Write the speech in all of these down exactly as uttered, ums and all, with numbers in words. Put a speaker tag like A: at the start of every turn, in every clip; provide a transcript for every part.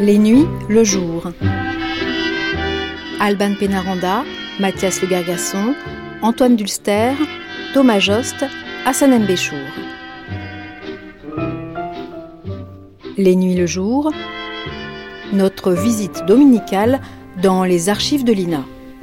A: Les nuits, le jour. Alban Pénaranda, Mathias Le Gargasson, Antoine Dulster, Thomas Jost, Hassan Mbéchour. Les nuits, le jour. Notre visite dominicale dans les archives de l'I N A.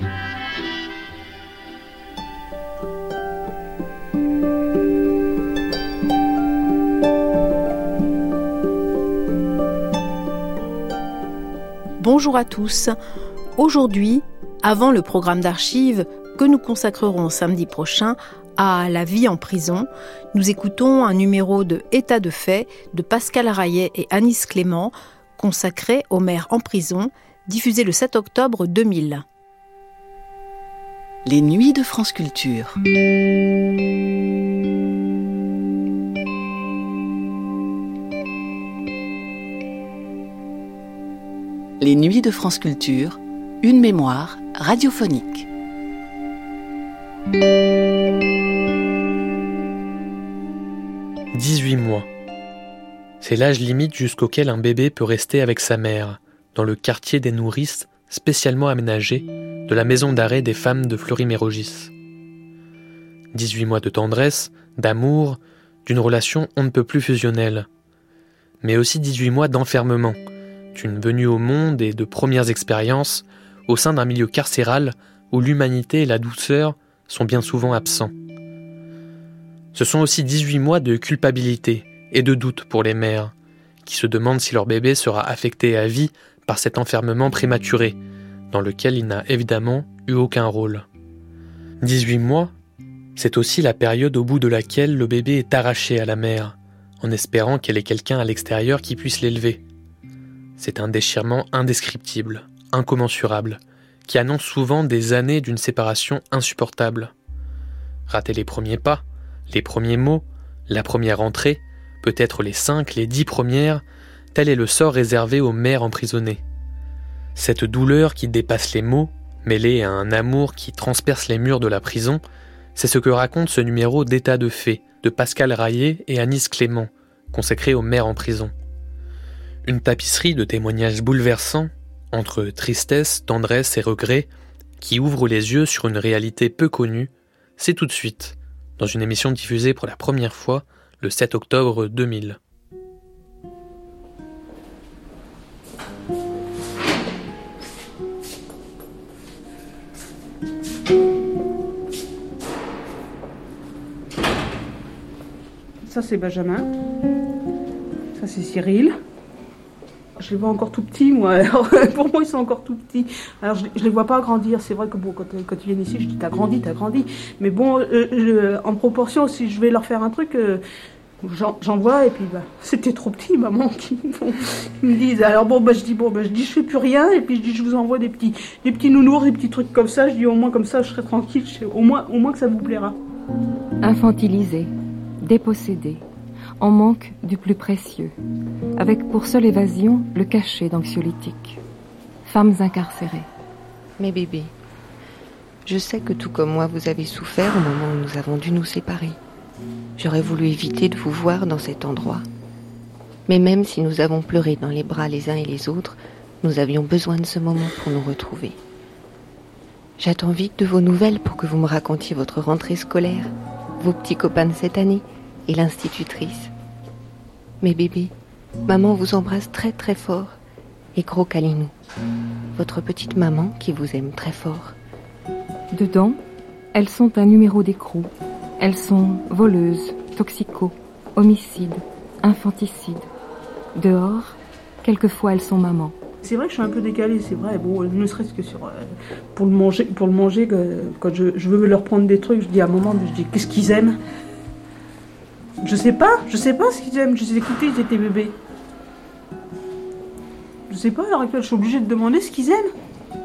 A: Bonjour à tous. Aujourd'hui, avant le programme d'archives que nous consacrerons samedi prochain à la vie en prison, nous écoutons un numéro de État de fait de Pascal Rayet et Anis Clément consacré aux mères en prison, diffusé le sept octobre deux mille.
B: Les nuits de France Culture. Les nuits de France Culture, une mémoire radiophonique.
C: dix-huit mois. C'est l'âge limite jusqu'auquel un bébé peut rester avec sa mère, dans le quartier des nourrices spécialement aménagé de la maison d'arrêt des femmes de Fleury-Mérogis. dix-huit mois de tendresse, d'amour, d'une relation on ne peut plus fusionnelle. Mais aussi dix-huit mois d'enfermement, d'une venue au monde et de premières expériences au sein d'un milieu carcéral où l'humanité et la douceur sont bien souvent absents. Ce sont aussi dix-huit mois de culpabilité et de doute pour les mères, qui se demandent si leur bébé sera affecté à vie par cet enfermement prématuré, dans lequel il n'a évidemment eu aucun rôle. dix-huit mois, c'est aussi la période au bout de laquelle le bébé est arraché à la mère, en espérant qu'elle ait quelqu'un à l'extérieur qui puisse l'élever. C'est un déchirement indescriptible, incommensurable, qui annonce souvent des années d'une séparation insupportable. Rater les premiers pas, les premiers mots, la première entrée, peut-être les cinq, les dix premières, tel est le sort réservé aux mères emprisonnées. Cette douleur qui dépasse les mots, mêlée à un amour qui transperce les murs de la prison, c'est ce que raconte ce numéro d'État de fait de Pascal Rayet et Anis Clément, consacré aux mères en prison. Une tapisserie de témoignages bouleversants, entre tristesse, tendresse et regret, qui ouvre les yeux sur une réalité peu connue, c'est tout de suite, dans une émission diffusée pour la première fois le sept octobre deux mille.
D: Ça c'est Benjamin, ça c'est Cyril. Je les vois encore tout petits, moi. Alors, pour moi, ils sont encore tout petits. Alors, je, je les vois pas grandir. C'est vrai que bon, quand, quand ils viennent ici, je dis t'as grandi, t'as grandi. Mais bon, euh, je, en proportion, si je vais leur faire un truc, euh, j'en, j'en vois et puis bah, c'était trop petit, maman, qui, bon, qui me disent. Alors bon, bah je dis bon, bah je dis je fais plus rien et puis je dis je vous envoie des petits, des petits nounours, des petits trucs comme ça. Je dis au moins comme ça, je serai tranquille. Je sais, au moins, au moins que ça vous plaira.
E: Infantilisé, dépossédé. En manque du plus précieux, avec pour seule évasion le cachet d'anxiolytiques. Femmes incarcérées.
F: Mes bébés, je sais que tout comme moi vous avez souffert au moment où nous avons dû nous séparer. J'aurais voulu éviter de vous voir dans cet endroit. Mais même si nous avons pleuré dans les bras les uns et les autres, nous avions besoin de ce moment pour nous retrouver. J'attends vite de vos nouvelles pour que vous me racontiez votre rentrée scolaire, vos petits copains de cette année et l'institutrice. Mes bébés, maman vous embrasse très très fort et gros câlinou. Votre petite maman qui vous aime très fort.
E: Dedans, elles sont un numéro d'écrou. Elles sont voleuses, toxicos, homicides, infanticides. Dehors, quelquefois elles sont mamans.
D: C'est vrai que je suis un peu décalée, c'est vrai. Bon, ne serait-ce que sur euh, pour le manger, pour le manger, que, quand je, je veux leur prendre des trucs, je dis à maman, je dis qu'est-ce qu'ils aiment. Je sais pas, je sais pas ce qu'ils aiment. Je les ai écoutés, ils étaient bébés. Je sais pas, à l'heure actuelle, je suis obligée de demander ce qu'ils aiment.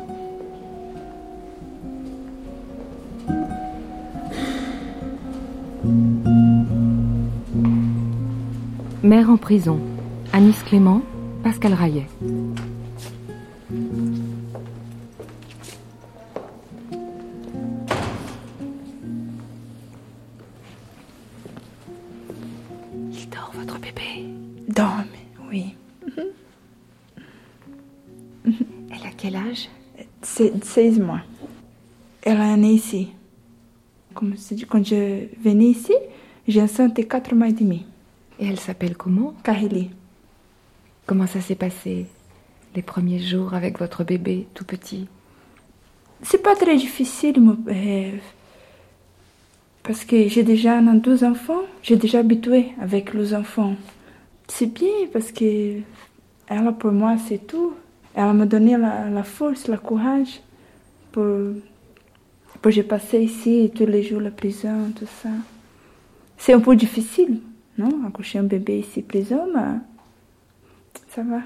E: Mère en prison. Anis Clément, Pascal Rayet.
G: Il dort, votre bébé?
H: Dort, mais oui.
E: quel âge?
G: C'est seize mois. Elle est née ici. Comme je dis, quand je venais ici, j'ai senti quatre mois et demi.
E: Et elle s'appelle comment?
G: Kahili.
E: Comment ça s'est passé, les premiers jours avec votre bébé tout petit?
G: C'est pas très difficile, mon père. Parce que j'ai déjà deux enfants, j'ai déjà habitué avec les enfants. C'est bien parce que elle, pour moi, c'est tout. Elle m'a donné la, la force, le courage pour, pour j'ai passé ici tous les jours la prison, tout ça. C'est un peu difficile, non? Accoucher un bébé ici prison, mais ça va.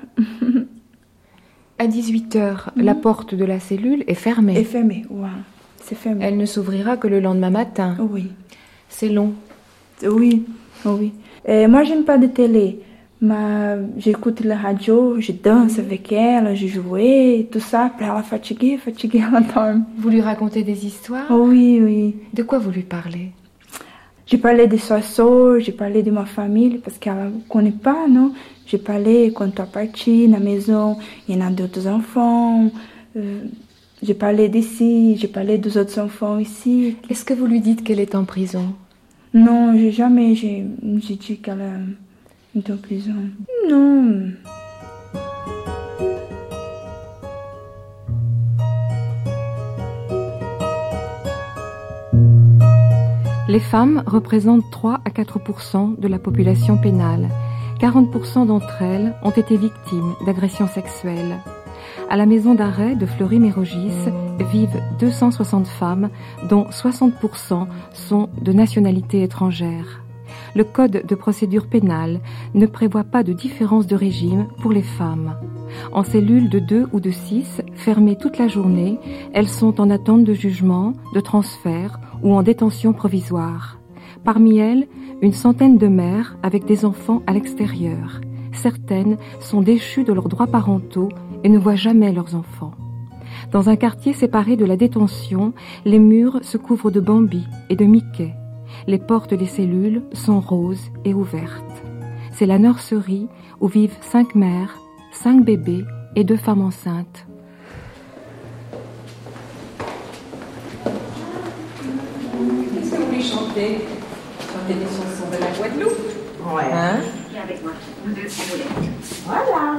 E: À dix-huit heures, mmh. la porte de la cellule est fermée.
G: Est fermée, oui. C'est fermé.
E: Elle ne s'ouvrira que le lendemain matin.
G: Oui.
E: C'est long.
G: Oui, oui. Et moi, j'aime pas de télé. Mais j'écoute la radio, je danse avec elle, je joue, tout ça. Après, elle est fatiguée, fatiguée, elle dorme.
E: Vous lui racontez des histoires?
G: Oui, oui.
E: De quoi vous lui parlez?
G: J'ai parlé des soeurs, j'ai parlé de ma famille, parce qu'elle ne connaît pas, non? J'ai parlé quand tu es parti, dans la maison, il y en a d'autres enfants. Euh, j'ai parlé d'ici, j'ai parlé des autres enfants ici.
E: Est-ce que vous lui dites qu'elle est en prison?
G: Non, j'ai jamais, j'ai, j'ai dit qu'elle est en prison. Non.
E: Les femmes représentent trois à quatre pour cent de la population pénale. quarante pour cent d'entre elles ont été victimes d'agressions sexuelles. À la maison d'arrêt de Fleury-Mérogis vivent deux cent soixante femmes, dont soixante pour cent sont de nationalité étrangère. Le code de procédure pénale ne prévoit pas de différence de régime pour les femmes. En cellules de deux ou de six, fermées toute la journée, elles sont en attente de jugement, de transfert ou en détention provisoire. Parmi elles, une centaine de mères avec des enfants à l'extérieur. Certaines sont déchues de leurs droits parentaux et ne voient jamais leurs enfants. Dans un quartier séparé de la détention, les murs se couvrent de Bambi et de Mickey. Les portes des cellules sont roses et ouvertes. C'est la nurserie où vivent cinq mères, cinq bébés et deux femmes enceintes.
H: Est-ce que vous voulez chanter? Chanter des chansons de la Guadeloupe?
I: Ouais.
H: Hein?
I: Viens avec moi, nous deux, si vous voulez.
H: Voilà.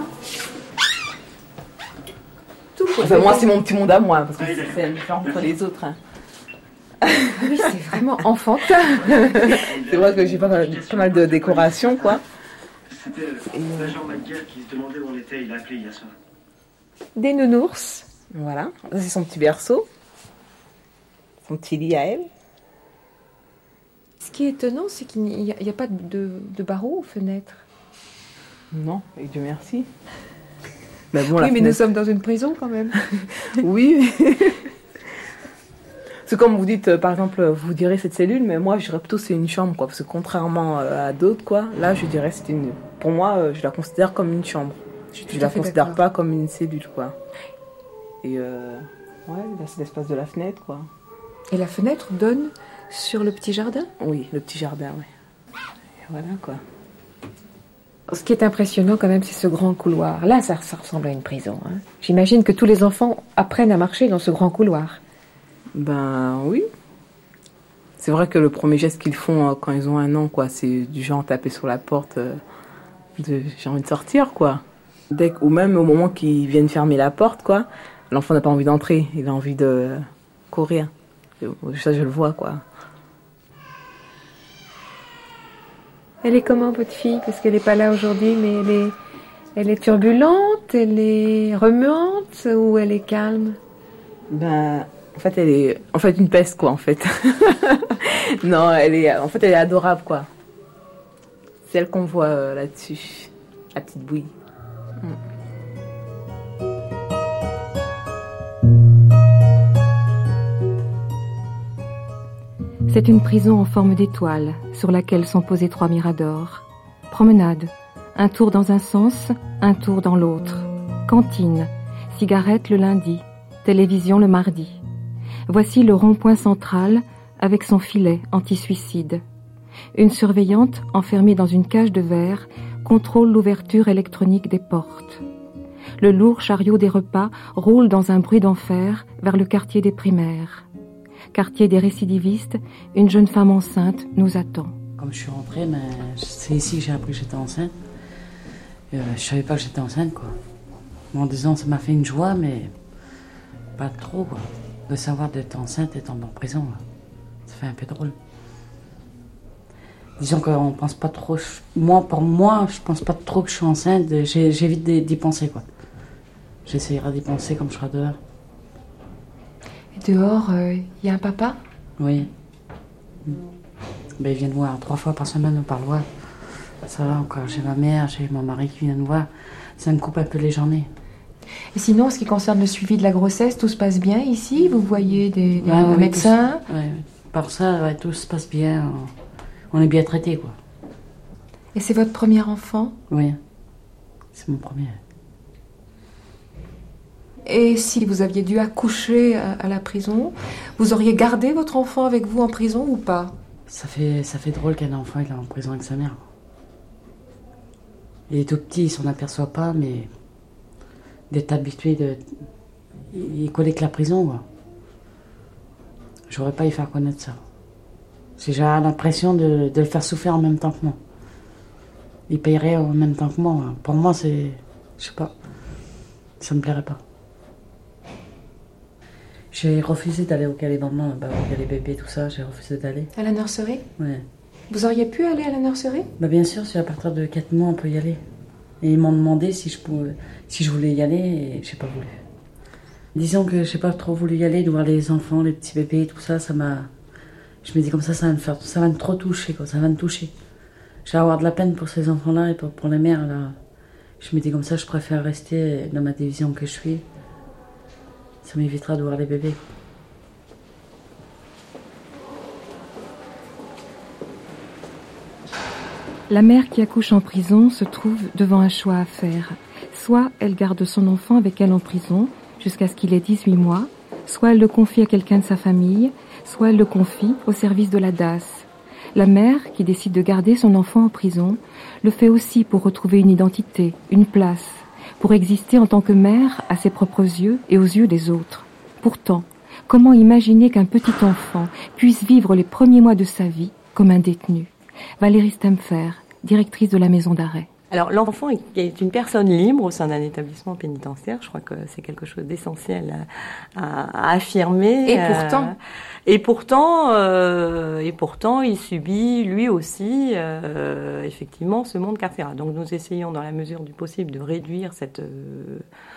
H: Tout
I: Enfin, moi, c'est mon petit monde à moi, parce que c'est différent entre les autres. Hein.
E: Oui, c'est vraiment enfantin.
I: C'est vrai que j'ai pas mal, pas mal de décorations, quoi.
J: C'était l'agent Madguerre qui se demandait où on était, il a appelé hier soir.
E: Des nounours.
I: Voilà, ça c'est son petit berceau. Son petit lit à elle.
E: Ce qui est étonnant, c'est qu'il n'y a, il y a pas de, de barreaux aux fenêtres.
I: Non, et Dieu merci. Mais bon,
E: oui,
I: la
E: mais
I: fenêtre...
E: nous sommes dans une prison quand même.
I: Oui. C'est comme vous dites, par exemple, vous direz cette cellule, mais moi je dirais plutôt c'est une chambre, quoi. Parce que contrairement à d'autres, quoi, là je dirais c'est une. Pour moi, je la considère comme une chambre. Je, je la considère d'accord. Pas comme une cellule, quoi. Et euh, ouais, là c'est l'espace de la fenêtre, quoi.
E: Et la fenêtre donne sur le petit jardin?
I: Oui, le petit jardin, oui. Et voilà, quoi.
E: Ce qui est impressionnant quand même, c'est ce grand couloir. Là, ça, ça ressemble à une prison. Hein. J'imagine que tous les enfants apprennent à marcher dans ce grand couloir.
I: Ben oui. C'est vrai que le premier geste qu'ils font euh, quand ils ont un an, quoi, c'est du genre taper sur la porte euh, de j'ai envie de sortir, quoi. Dès que, ou même au moment qu'ils viennent fermer la porte, quoi, l'enfant n'a pas envie d'entrer, il a envie de courir. Ça, je le vois, quoi.
E: Elle est comment, votre fille? Parce qu'elle n'est pas là aujourd'hui, mais elle est, elle est turbulente, elle est remuante ou elle est calme?
I: Ben, en fait, elle est, en fait, une peste, quoi, en fait. Non, elle est, en fait, elle est adorable, quoi. C'est elle qu'on voit euh, là-dessus, la petite bouille. Mm.
E: C'est une prison en forme d'étoile sur laquelle sont posés trois miradors. Promenade, un tour dans un sens, un tour dans l'autre. Cantine, cigarette le lundi, télévision le mardi. Voici le rond-point central avec son filet anti-suicide. Une surveillante enfermée dans une cage de verre contrôle l'ouverture électronique des portes. Le lourd chariot des repas roule dans un bruit d'enfer vers le quartier des primaires. Quartier des récidivistes, une jeune femme enceinte nous attend.
K: Comme je suis rentrée, ben, c'est ici que j'ai appris que j'étais enceinte. Euh, je savais pas que j'étais enceinte, quoi. En disant, ça m'a fait une joie, mais pas trop, quoi. De savoir d'être enceinte et tomber en prison, là. Ça fait un peu drôle. Disons qu'on pense pas trop. Moi, pour moi, je pense pas trop que je suis enceinte. J'ai, j'évite d'y penser, quoi. J'essayerai d'y penser comme je serai dehors.
L: Et dehors, il euh, y a un papa ?
K: Oui. Ben, il vient me voir trois fois par semaine par loi. Ça va encore. J'ai ma mère, j'ai mon mari qui vient me voir. Ça me coupe un peu les journées.
L: Et sinon, en ce qui concerne le suivi de la grossesse, tout se passe bien ici ? Vous voyez des, des
K: ouais, ouais,
L: médecins ?
K: Oui, ouais. Par ça, ouais, tout se passe bien. On est bien traités, quoi.
L: Et c'est votre premier enfant ?
K: Oui, c'est mon premier.
L: Et si vous aviez dû accoucher à, à la prison, vous auriez gardé votre enfant avec vous en prison ou pas ?
K: Ça fait, ça fait drôle qu'un enfant il est en prison avec sa mère. Il est tout petit, il s'en aperçoit pas, mais d'être habitué de... Il connaît que la prison, quoi. J'aurais pas y faire connaître ça. J'ai l'impression de, de le faire souffrir en même temps que moi. Il payerait en même temps que moi. Pour moi, c'est... Je sais pas. Ça me plairait pas. J'ai refusé d'aller au Calais Maman, bah, au Calais Bébé, tout ça. J'ai refusé d'aller.
L: À la nurserie ?
K: Ouais.
L: Vous auriez pu aller à la nurserie ?
K: Bah bien sûr, c'est à partir de quatre mois, on peut y aller. Et ils m'ont demandé si je, pouvais, si je voulais y aller, et j'ai pas voulu. Disons que j'ai pas trop voulu y aller, de voir les enfants, les petits bébés, tout ça, ça m'a... Je me dis comme ça, ça va me faire... Ça va me trop toucher, quoi, ça va me toucher. Je vais avoir de la peine pour ces enfants-là et pour, pour les mères, là. Je me dis comme ça, je préfère rester dans ma division que je suis. Ça m'évitera de voir les bébés.
E: La mère qui accouche en prison se trouve devant un choix à faire. Soit elle garde son enfant avec elle en prison jusqu'à ce qu'il ait dix-huit mois, soit elle le confie à quelqu'un de sa famille, soit elle le confie au service de la D A S. La mère, qui décide de garder son enfant en prison, le fait aussi pour retrouver une identité, une place, pour exister en tant que mère à ses propres yeux et aux yeux des autres. Pourtant, comment imaginer qu'un petit enfant puisse vivre les premiers mois de sa vie comme un détenu ? Valérie Stemfer, directrice de la maison d'arrêt.
M: Alors l'enfant est une personne libre au sein d'un établissement pénitentiaire. Je crois que c'est quelque chose d'essentiel à, à, à affirmer.
L: Et pourtant,
M: euh, et pourtant, euh, et pourtant, il subit lui aussi euh, effectivement ce monde carcéral. Donc nous essayons, dans la mesure du possible, de réduire cette euh,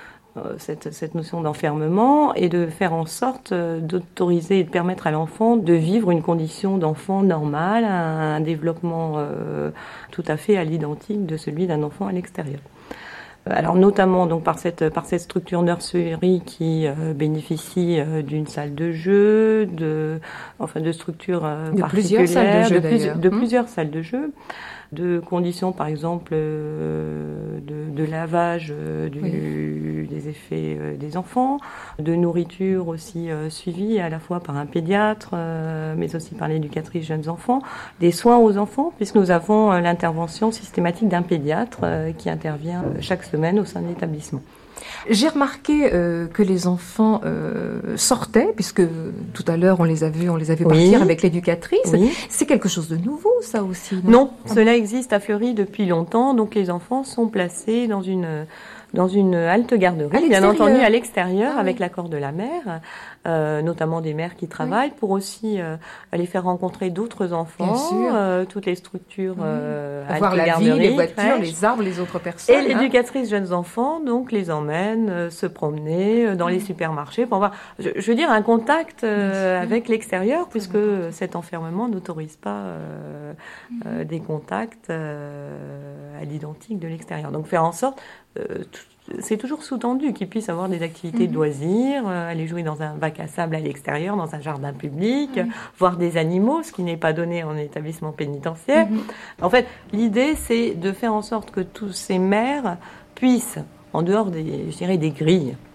M: Cette, cette notion d'enfermement et de faire en sorte d'autoriser et de permettre à l'enfant de vivre une condition d'enfant normale, un, un développement euh, tout à fait à l'identique de celui d'un enfant à l'extérieur. Alors notamment donc par cette par cette structure nurserie qui euh, bénéficie euh, d'une salle de jeu, de enfin de structures euh,
L: de plusieurs salles de jeu,
M: de, plus, de
L: mmh.
M: plusieurs salles de jeu. De conditions, par exemple, euh, de, de lavage euh, du, oui. des effets euh, des enfants, de nourriture aussi euh, suivie à la fois par un pédiatre, euh, mais aussi par l'éducatrice jeunes enfants, des soins aux enfants, puisque nous avons euh, l'intervention systématique d'un pédiatre euh, qui intervient euh, chaque semaine au sein de l'établissement.
L: J'ai remarqué euh, que les enfants euh, sortaient, puisque tout à l'heure on les a vus, on les a vus oui. partir avec l'éducatrice. Oui. C'est quelque chose de nouveau, ça aussi, non ?
M: Non, ah cela bon. existe à Fleury depuis longtemps. Donc les enfants sont placés dans une dans une halte garderie, bien entendu à l'extérieur, ah, avec oui. l'accord de la mère, euh, notamment des mères qui travaillent, oui. pour aussi euh, les faire rencontrer d'autres enfants, euh, toutes les structures, euh,
L: oui. voir la vie, les voitures, crèches. Les arbres, les autres personnes.
M: Et l'éducatrice hein. jeunes enfants, donc les emmène euh, se promener dans oui. les supermarchés pour avoir, je, je veux dire, un contact euh, avec l'extérieur, puisque cet enfermement n'autorise pas euh, euh, des contacts euh, à l'identique de l'extérieur. Donc faire en sorte Euh, c'est toujours sous-tendu qu'ils puissent avoir des activités mmh. de loisirs, euh, aller jouer dans un bac à sable à l'extérieur, dans un jardin public, mmh. voir des animaux, ce qui n'est pas donné en établissement pénitentiaire. Mmh. En fait, l'idée, c'est de faire en sorte que tous ces mères puissent, en dehors des, je dirais, des grilles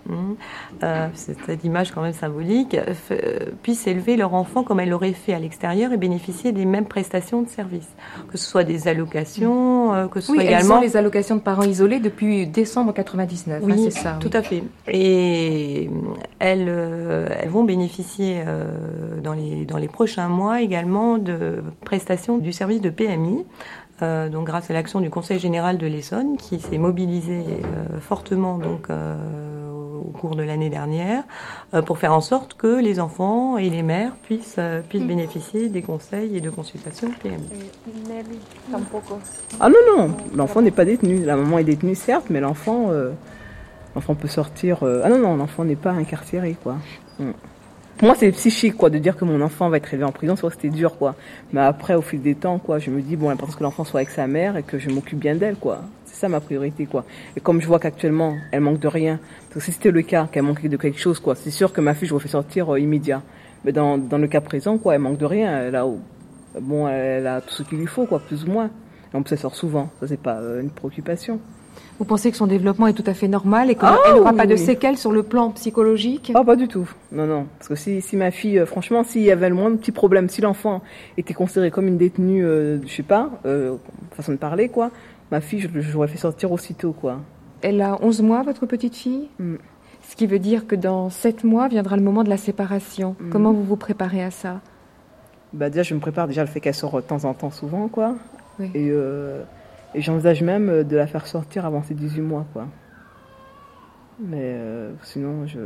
M: euh, cette image quand même symbolique, euh, puissent élever leur enfant comme elle l'aurait fait à l'extérieur et bénéficier des mêmes prestations de service, que ce soit des allocations, euh, que ce
L: oui,
M: soit également...
L: Oui, elles ont les allocations de parents isolés depuis décembre quatre-vingt-dix-neuf,
M: oui,
L: hein, c'est ça.
M: tout
L: oui.
M: à fait. Et elles, euh, elles vont bénéficier euh, dans les, dans les prochains mois également de prestations du service de P M I, Euh, donc grâce à l'action du Conseil général de l'Essonne qui s'est mobilisé euh, fortement donc euh, au cours de l'année dernière euh, pour faire en sorte que les enfants et les mères puissent euh, puissent mmh. bénéficier des conseils et de consultations P M I.
I: Ah non non, l'enfant n'est pas détenu. La maman est détenue certes, mais l'enfant euh, l'enfant peut sortir. Euh... Ah non non, l'enfant n'est pas incarcéré quoi. Mmh. Pour moi, c'est psychique, quoi, de dire que mon enfant va être élevé en prison. C'est vrai que c'était dur, quoi. Mais après, au fil des temps, quoi, je me dis, bon, l'important c'est que l'enfant soit avec sa mère et que je m'occupe bien d'elle, quoi. C'est ça ma priorité, quoi. Et comme je vois qu'actuellement, elle manque de rien, parce que si c'était le cas, qu'elle manquait de quelque chose, quoi, c'est sûr que ma fille, je l'aurais fait sortir euh, immédiat. Mais dans, dans le cas présent, quoi, elle manque de rien. Elle a, bon, elle a tout ce qu'il lui faut, quoi, plus ou moins. Et en plus, elle sort souvent. Ça, c'est pas euh, une préoccupation.
L: Vous pensez que son développement est tout à fait normal et qu'elle oh, n'aura oui, pas de oui. séquelles sur le plan psychologique ?
I: Ah, pas du tout. Non, non. Parce que si, si ma fille, euh, franchement, s'il y avait le moindre petit problème, si l'enfant était considéré comme une détenue, euh, je sais pas, euh, façon de parler, quoi, ma fille, je, je l'aurais fait sortir aussitôt, quoi.
L: Elle a onze mois, votre petite fille ? mm. Ce qui veut dire que dans sept mois viendra le moment de la séparation. Mm. Comment vous vous préparez à ça ?
I: Bah, déjà, je me prépare déjà le fait qu'elle sort de temps en temps, souvent, quoi.
L: Oui.
I: Et... Euh, Et j'envisage même de la faire sortir avant ses dix-huit mois, quoi. Mais euh, sinon, je...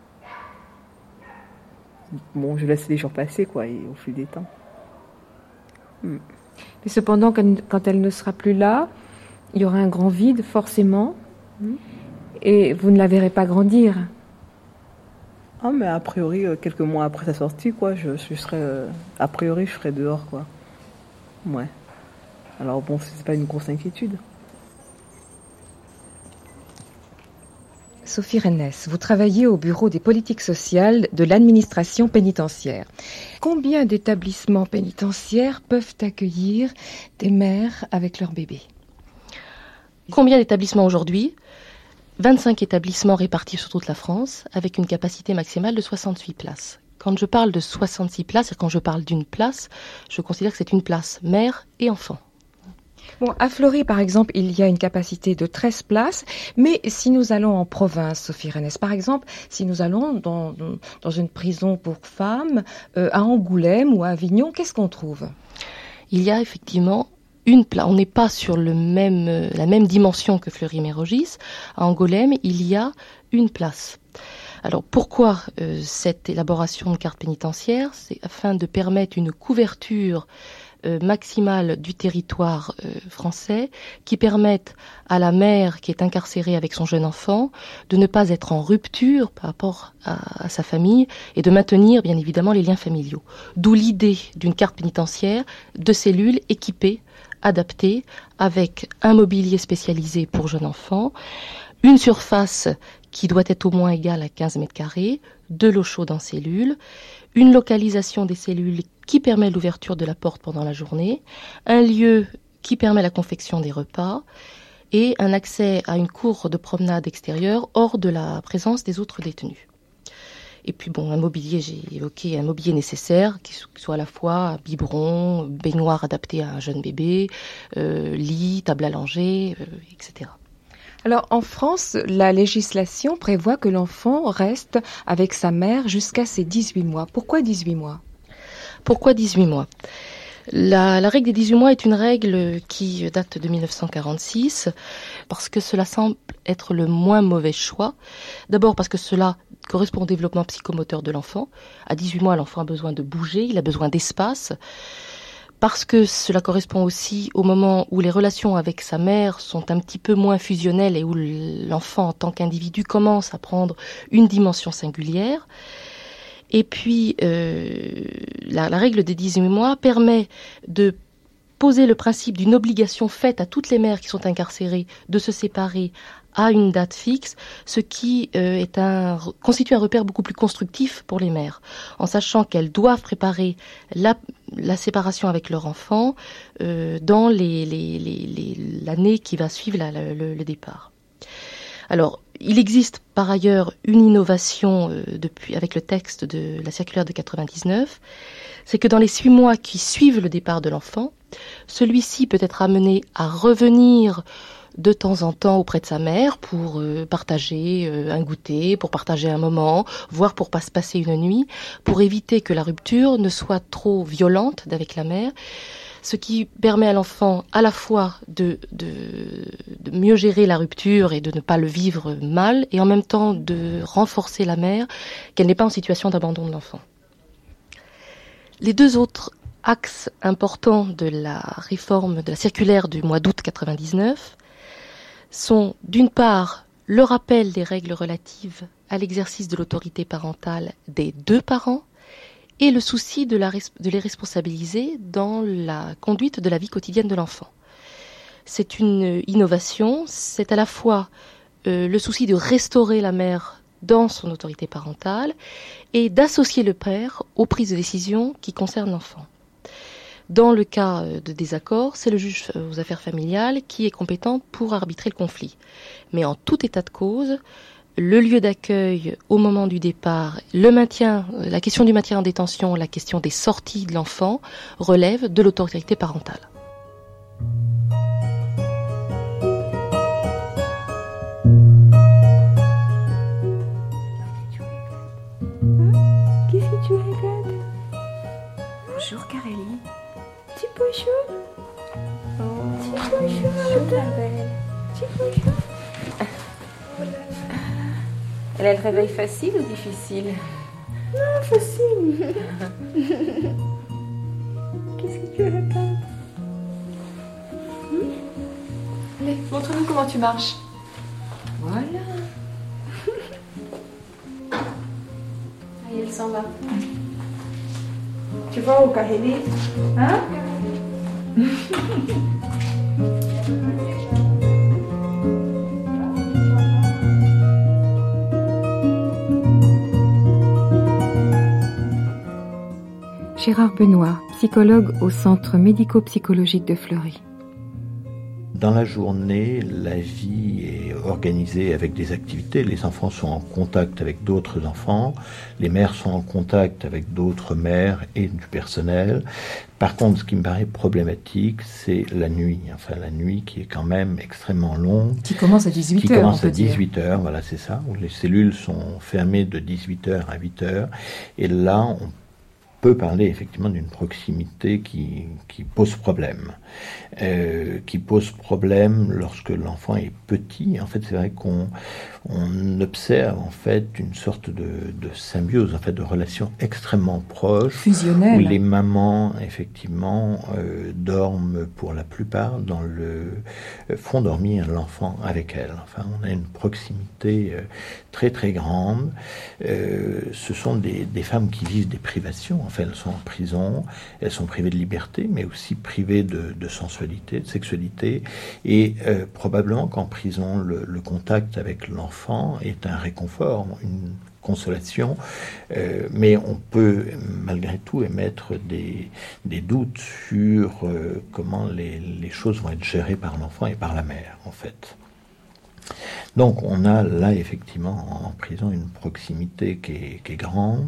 I: Bon, je laisse les jours passer, quoi, et au fil des temps.
L: Mm. Mais cependant, quand elle ne sera plus là, il y aura un grand vide, forcément. Mm. Et vous ne la verrez pas grandir.
I: Ah, mais a priori, quelques mois après sa sortie, quoi, je, je serai... A priori, je serai dehors, quoi. Ouais. Alors bon, c'est pas une grosse inquiétude.
E: Sophie Rennes, vous travaillez au bureau des politiques sociales de l'administration pénitentiaire. Combien d'établissements pénitentiaires peuvent accueillir des mères avec leurs bébés ?
N: Combien d'établissements aujourd'hui ? vingt-cinq établissements répartis sur toute la France, avec une capacité maximale de soixante-huit places. Quand je parle de soixante-six places, et quand je parle d'une place, je considère que c'est une place mère et enfant.
E: Bon, à Fleury, par exemple, il y a une capacité de treize places, mais si nous allons en province, Sophie Rennes, par exemple, si nous allons dans, dans une prison pour femmes, euh, à Angoulême ou à Avignon, qu'est-ce qu'on trouve ?
N: Il y a effectivement une place. On n'est pas sur le même, euh, la même dimension que Fleury-Mérogis. À Angoulême, il y a une place. Alors pourquoi euh, cette élaboration de carte pénitentiaire ? C'est afin de permettre une couverture euh, maximale du territoire euh, français qui permette à la mère qui est incarcérée avec son jeune enfant de ne pas être en rupture par rapport à, à sa famille et de maintenir bien évidemment les liens familiaux. D'où l'idée d'une carte pénitentiaire de cellules équipées, adaptées, avec un mobilier spécialisé pour jeunes enfants, une surface qui doit être au moins égale à quinze mètres carrés, de l'eau chaude en cellule, une localisation des cellules qui permet l'ouverture de la porte pendant la journée, un lieu qui permet la confection des repas et un accès à une cour de promenade extérieure hors de la présence des autres détenus. Et puis bon, un mobilier, j'ai évoqué un mobilier nécessaire, qui soit à la fois biberon, baignoire adaptée à un jeune bébé, euh, lit, table à langer, euh, et cetera.
E: Alors, en France, la législation prévoit que l'enfant reste avec sa mère jusqu'à ses dix-huit mois. Pourquoi dix-huit mois ?
N: Pourquoi dix-huit mois ? La, la règle des dix-huit mois est une règle qui date de dix-neuf cent quarante-six, parce que cela semble être le moins mauvais choix. D'abord parce que cela correspond au développement psychomoteur de l'enfant. À dix-huit mois, l'enfant a besoin de bouger, il a besoin d'espace. Parce que cela correspond aussi au moment où les relations avec sa mère sont un petit peu moins fusionnelles et où l'enfant en tant qu'individu commence à prendre une dimension singulière. Et puis, euh, la, la règle des dix-huit mois permet de poser le principe d'une obligation faite à toutes les mères qui sont incarcérées de se séparer à une date fixe, ce qui euh, est un, constitue un repère beaucoup plus constructif pour les mères, en sachant qu'elles doivent préparer la, la séparation avec leur enfant euh, dans les, les, les, les, l'année qui va suivre la, la, le, le départ. Alors, il existe par ailleurs une innovation euh, depuis, avec le texte de la circulaire de quatre-vingt-dix-neuf, c'est que dans les six mois qui suivent le départ de l'enfant, celui-ci peut être amené à revenir de temps en temps auprès de sa mère pour euh, partager euh, un goûter, pour partager un moment, voire pour pas se passer une nuit, pour éviter que la rupture ne soit trop violente avec la mère, ce qui permet à l'enfant à la fois de, de, de mieux gérer la rupture et de ne pas le vivre mal, et en même temps de renforcer la mère, qu'elle n'est pas en situation d'abandon de l'enfant. Les deux autres axes importants de la réforme de la circulaire du mois d'août quatre-vingt-dix-neuf sont d'une part le rappel des règles relatives à l'exercice de l'autorité parentale des deux parents et le souci de, la, de les responsabiliser dans la conduite de la vie quotidienne de l'enfant. C'est une innovation, c'est à la fois euh, le souci de restaurer la mère dans son autorité parentale et d'associer le père aux prises de décision qui concernent l'enfant. Dans le cas de désaccord, c'est le juge aux affaires familiales qui est compétent pour arbitrer le conflit. Mais en tout état de cause, le lieu d'accueil au moment du départ, le maintien, la question du maintien en détention, la question des sorties de l'enfant relève de l'autorité parentale.
G: Qu'est-ce que tu regardes? Bonjour Carélie. Petit bonjour. Oh, petit bonjour. Super belle. Petit bonjour.
F: Elle a le réveil facile ou difficile?
G: Non, facile. Qu'est-ce que tu regardes?
L: hmm Allez, montre-nous comment tu marches.
F: Voilà.
L: Allez, elle s'en va.
G: Tu vas où, Carélie? Hein?
E: Gérard Benoît, psychologue au Centre médico-psychologique de Fleury.
O: Dans la journée, la vie est organisée avec des activités. Les enfants sont en contact avec d'autres enfants, les mères sont en contact avec d'autres mères et du personnel. Par contre, ce qui me paraît problématique, c'est la nuit. Enfin, la nuit qui est quand même extrêmement longue.
L: Qui commence à dix-huit heures.
O: Qui commence à dix-huit heures, voilà, c'est ça. Où les cellules sont fermées de dix-huit heures à huit heures. Et là, on peut parler effectivement d'une proximité qui, qui pose problème. Euh, qui pose problème lorsque l'enfant est petit. En fait, c'est vrai qu'on on observe en fait une sorte de, de symbiose, en fait, de relation extrêmement proche,
L: fusionnelle,
O: où les mamans effectivement euh, dorment pour la plupart dans le euh, font dormir l'enfant avec elles. Enfin, on a une proximité euh, très très grande. Euh, ce sont des, des femmes qui vivent des privations. Enfin, elles sont en prison, elles sont privées de liberté, mais aussi privées de, de sensualité, de sexualité, et euh, probablement qu'en prison, le, le contact avec l'enfant est un réconfort, une consolation, euh, mais on peut malgré tout émettre des, des doutes sur euh, comment les, les choses vont être gérées par l'enfant et par la mère, en fait. Donc on a là effectivement en prison une proximité qui est, qui est grande.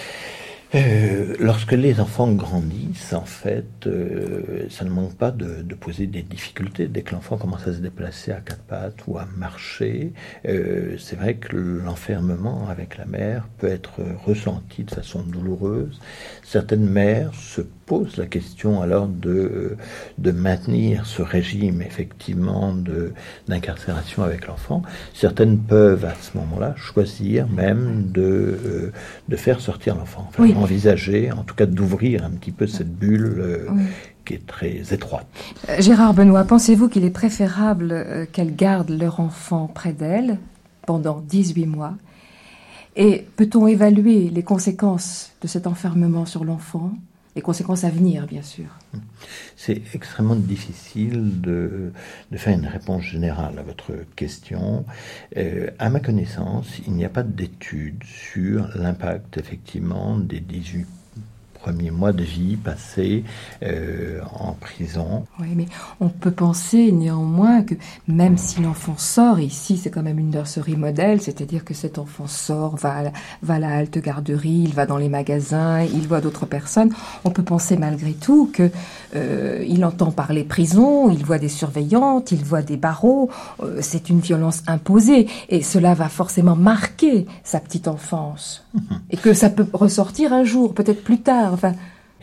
O: Euh, lorsque les enfants grandissent, en fait, euh, ça ne manque pas de, de poser des difficultés. Dès que l'enfant commence à se déplacer à quatre pattes ou à marcher, euh, c'est vrai que l'enfermement avec la mère peut être ressenti de façon douloureuse. Certaines mères se posent la question alors de, de maintenir ce régime effectivement de, d'incarcération avec l'enfant. Certaines peuvent à ce moment-là choisir même de, euh, de faire sortir l'enfant. Enfin, oui. Envisager, en tout cas d'ouvrir un petit peu cette bulle euh, oui. qui est très étroite.
L: Euh, Gérard Benoît, pensez-vous qu'il est préférable euh, qu'elles gardent leur enfant près d'elles pendant dix-huit mois? Et peut-on évaluer les conséquences de cet enfermement sur l'enfant? Les conséquences à venir, bien sûr.
O: C'est extrêmement difficile de, de faire une réponse générale à votre question. Euh, à ma connaissance, il n'y a pas d'études sur l'impact, effectivement, des dix-huit premiers mois de vie passés euh, en prison.
L: Oui, mais on peut penser néanmoins que même si l'enfant sort, ici c'est quand même une nurserie modèle, c'est-à-dire que cet enfant sort, va à la, va à la halte garderie, il va dans les magasins, il voit d'autres personnes, on peut penser malgré tout que euh, il entend parler prison, il voit des surveillantes, il voit des barreaux, euh, c'est une violence imposée et cela va forcément marquer sa petite enfance. Mmh. Et que ça peut ressortir un jour, peut-être plus tard. Enfin...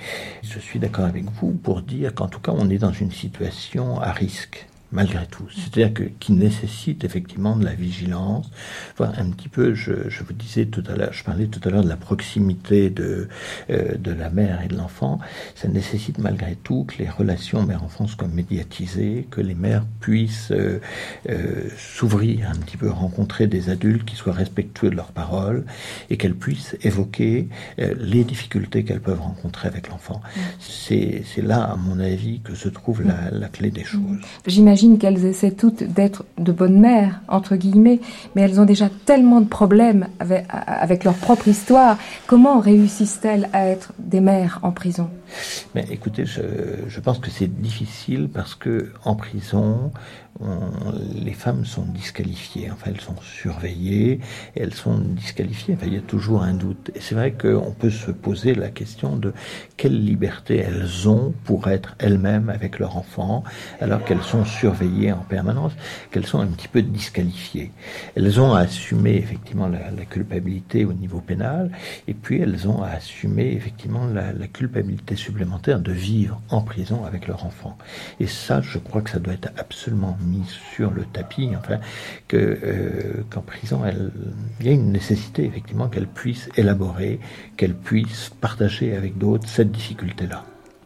O: Je suis d'accord avec vous pour dire qu'en tout cas, on est dans une situation à risque, malgré tout. C'est-à-dire que, qui nécessite effectivement de la vigilance. Enfin, un petit peu, je, je vous disais tout à l'heure, je parlais tout à l'heure de la proximité de, euh, de la mère et de l'enfant. Ça nécessite malgré tout que les relations mère-enfant soient médiatisées, que les mères puissent euh, euh, s'ouvrir un petit peu, rencontrer des adultes qui soient respectueux de leurs paroles et qu'elles puissent évoquer euh, les difficultés qu'elles peuvent rencontrer avec l'enfant. Mmh. C'est, c'est là, à mon avis, que se trouve la, la clé des choses.
L: J'imagine qu'elles essaient toutes d'être de bonnes mères, entre guillemets, mais elles ont déjà tellement de problèmes avec, avec leur propre histoire. Comment réussissent-elles à être des mères en prison ?
O: Mais écoutez, je, je pense que c'est difficile parce que en prison, on, les femmes sont disqualifiées. Enfin, elles sont surveillées, et elles sont disqualifiées. Enfin, il y a toujours un doute. Et c'est vrai qu'on peut se poser la question de quelle liberté elles ont pour être elles-mêmes avec leur enfant, alors qu'elles sont surveillées en permanence, qu'elles sont un petit peu disqualifiées. Elles ont à assumer effectivement la, la culpabilité au niveau pénal, et puis elles ont à assumer effectivement la, la culpabilité supplémentaire de vivre en prison avec leur enfant. Et ça, je crois que ça doit être absolument mis sur le tapis, enfin, que, euh, qu'en prison, elle, il y a une nécessité effectivement qu'elle puisse élaborer, qu'elle puisse partager avec d'autres cette difficulté-là.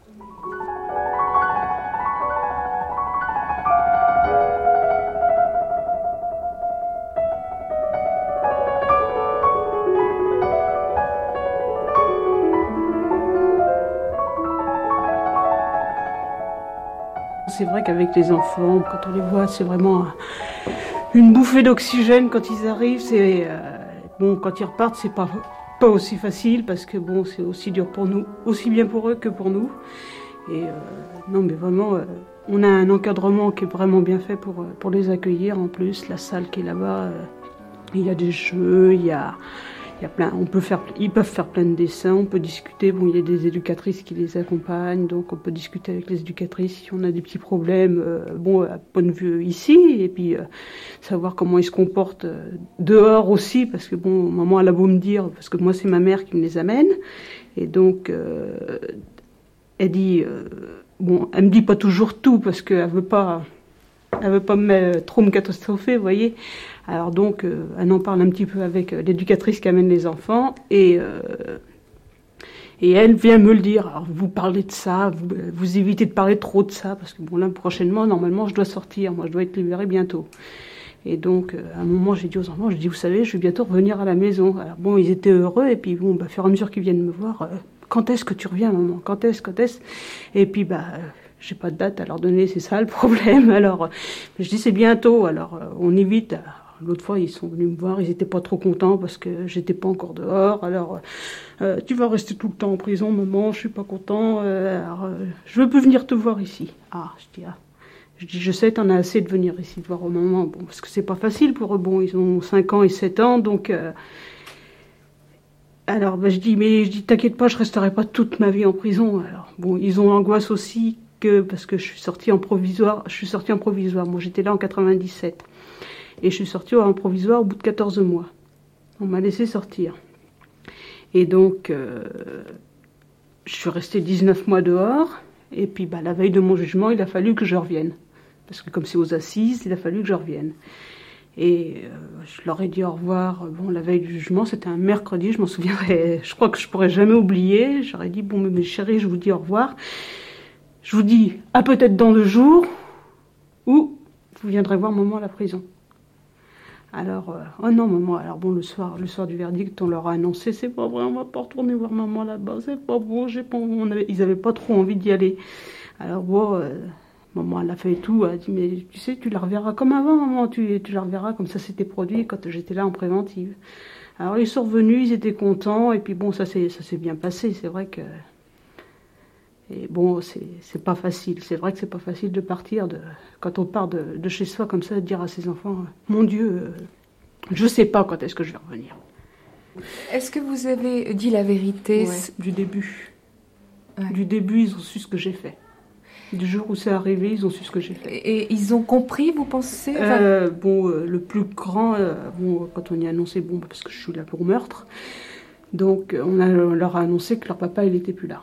D: C'est vrai qu'avec les enfants, quand on les voit, c'est vraiment une bouffée d'oxygène quand ils arrivent. C'est euh, bon, quand ils repartent, c'est pas pas aussi facile parce que bon, c'est aussi dur pour nous, aussi bien pour eux que pour nous. Et euh, non, mais vraiment, euh, on a un encadrement qui est vraiment bien fait pour pour les accueillir. En plus, la salle qui est là-bas, euh, il y a des jeux, il y a Il y a plein, on peut faire, ils peuvent faire plein de dessins, on peut discuter. Bon, il y a des éducatrices qui les accompagnent, donc on peut discuter avec les éducatrices si on a des petits problèmes, euh, bon, à point de vue ici, et puis euh, savoir comment ils se comportent euh, dehors aussi, parce que bon, maman elle a beau me dire, parce que moi c'est ma mère qui me les amène, et donc euh, elle dit, euh, bon, elle me dit pas toujours tout parce qu'elle veut pas, elle veut pas me, trop me catastropher, vous voyez. Alors donc, euh, elle en parle un petit peu avec euh, l'éducatrice qui amène les enfants, et, euh, et elle vient me le dire. Alors, vous parlez de ça, vous, vous évitez de parler trop de ça, parce que bon, là, prochainement, normalement, je dois sortir, moi, je dois être libérée bientôt. Et donc, euh, à un moment, j'ai dit aux enfants, je dis, vous savez, je vais bientôt revenir à la maison. Alors bon, ils étaient heureux, et puis bon, bah, au fur et à mesure qu'ils viennent me voir, euh, quand est-ce que tu reviens, maman? Quand est-ce, quand est-ce? Et puis, bah... Euh, j'ai pas de date à leur donner, c'est ça le problème. Alors, euh, je dis, c'est bientôt, alors euh, on évite... Euh, L'autre fois, ils sont venus me voir, ils étaient pas trop contents parce que j'étais pas encore dehors. Alors, euh, tu vas rester tout le temps en prison, maman, je suis pas content. Euh, alors, euh, je veux plus venir te voir ici. Ah, je dis, ah. Je dis, je sais, t'en as assez de venir ici te voir au moment. Bon, parce que c'est pas facile pour eux. Bon, ils ont cinq ans et sept ans, donc... Euh... Alors, bah, je dis, mais je dis, t'inquiète pas, je resterai pas toute ma vie en prison. Alors, bon, ils ont l'angoisse aussi que, parce que je suis sortie en provisoire, je suis sortie en provisoire. Moi, j'étais là en quatre-vingt-dix-sept. Et je suis sortie en provisoire au bout de quatorze mois. On m'a laissé sortir. Et donc, euh, je suis restée dix-neuf mois dehors. Et puis, bah, la veille de mon jugement, il a fallu que je revienne. Parce que comme c'est aux assises, il a fallu que je revienne. Et euh, je leur ai dit au revoir. Bon, la veille du jugement, c'était un mercredi, je m'en souviendrai. Je crois que je pourrais jamais oublier. J'aurais dit, bon, mes chéris, je vous dis au revoir. Je vous dis, à peut-être dans deux jours, ou vous viendrez voir maman à la prison. Alors, euh, oh non, maman, alors bon, le soir, le soir du verdict, on leur a annoncé, c'est pas vrai, on va pas retourner voir maman là-bas, c'est pas bon, j'ai pas, on avait, ils avaient pas trop envie d'y aller. Alors bon, euh, maman, elle a fait tout, elle a dit, mais tu sais, tu la reverras comme avant, maman, tu, tu la reverras comme ça s'était produit quand j'étais là en préventive. Alors ils sont revenus, ils étaient contents, et puis bon, ça s'est, ça s'est bien passé, c'est vrai que Et bon, c'est, c'est pas facile. C'est vrai que c'est pas facile de partir, de, quand on part de, de chez soi comme ça, de dire à ses enfants, mon Dieu, euh, je sais pas quand est-ce que je vais revenir.
E: Est-ce que vous avez dit la vérité?
D: Ouais, du début. Ouais. Du début, ils ont su ce que j'ai fait. Du jour où c'est arrivé, ils ont su ce que j'ai fait.
E: Et, et ils ont compris, vous pensez?
D: euh, Bon, euh, le plus grand, euh, bon, quand on y a annoncé, bon, parce que je suis là pour meurtre, donc on, a, on leur a annoncé que leur papa, il était plus là.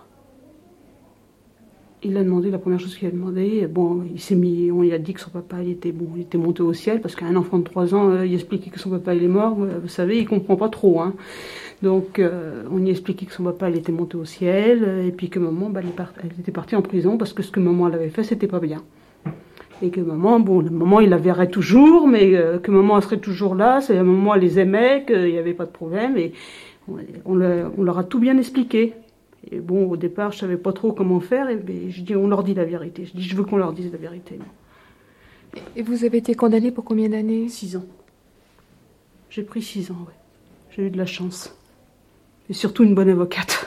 D: Il a demandé, la première chose qu'il a demandé, bon, il s'est mis, on lui a dit que son papa, il était, bon, il était monté au ciel, parce qu'un enfant de trois ans, euh, il expliquait que son papa, il est mort, vous savez, il comprend pas trop, hein. Donc, euh, on y a expliqué que son papa, il était monté au ciel, et puis que maman, bah, elle, part, elle était partie en prison, parce que ce que maman elle avait fait, c'était pas bien. Et que maman, bon, le maman, il la verrait toujours, mais euh, que maman, elle serait toujours là, c'est la maman, elle les aimait, qu'il n'y avait pas de problème, et on, on, le, on leur a tout bien expliqué. Et bon, au départ, je savais pas trop comment faire, et ben, je dis, on leur dit la vérité. Je dis, je veux qu'on leur dise la vérité. Non.
E: Et vous avez été condamnée pour combien d'années?
D: Six ans. J'ai pris six ans, oui. J'ai eu de la chance. Et surtout une bonne avocate.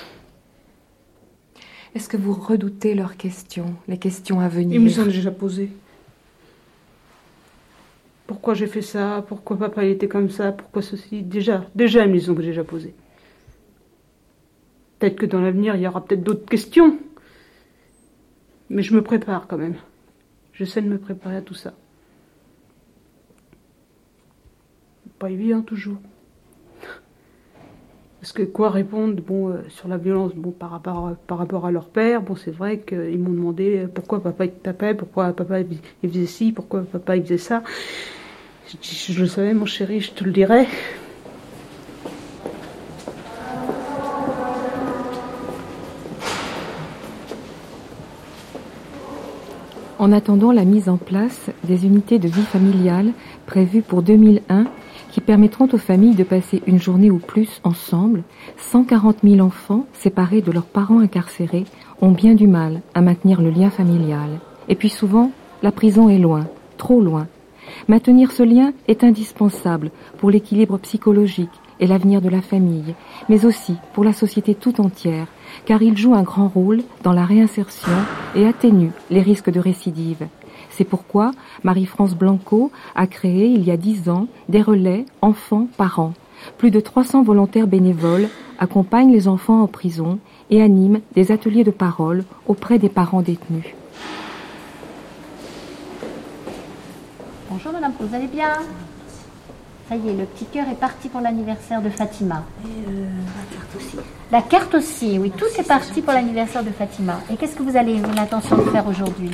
E: Est-ce que vous redoutez leurs questions, les questions à venir?
D: Ils me les ont déjà posées. Pourquoi j'ai fait ça? Pourquoi papa il était comme ça? Pourquoi ceci? Déjà, déjà, ils me les ont déjà posées. Peut-être que dans l'avenir, il y aura peut-être d'autres questions. Mais je me prépare quand même. J'essaie de me préparer à tout ça. Pas évident toujours. Parce que quoi répondre, bon, euh, sur la violence, bon, par rapport, à, par rapport à leur père, bon, c'est vrai qu'ils m'ont demandé pourquoi papa il tapait, pourquoi papa il faisait ci, pourquoi papa il faisait ça. Je, je, je le savais, mon chéri, je te le dirais.
E: En attendant la mise en place des unités de vie familiale prévues pour deux mille un, qui permettront aux familles de passer une journée ou plus ensemble, cent quarante mille enfants séparés de leurs parents incarcérés ont bien du mal à maintenir le lien familial. Et puis souvent, la prison est loin, trop loin. Maintenir ce lien est indispensable pour l'équilibre psychologique et l'avenir de la famille, mais aussi pour la société tout entière, car il joue un grand rôle dans la réinsertion et atténue les risques de récidive. C'est pourquoi Marie-France Blanco a créé il y a dix ans des relais enfants-parents. Plus de trois cents volontaires bénévoles accompagnent les enfants en prison et animent des ateliers de parole auprès des parents détenus.
P: Bonjour madame, vous allez bien? Ça y est, le petit cœur est parti pour l'anniversaire de Fatima.
Q: Et euh, la carte aussi.
P: La carte aussi, oui, tout est parti pour l'anniversaire de Fatima. Et qu'est-ce que vous avez l'intention de faire aujourd'hui?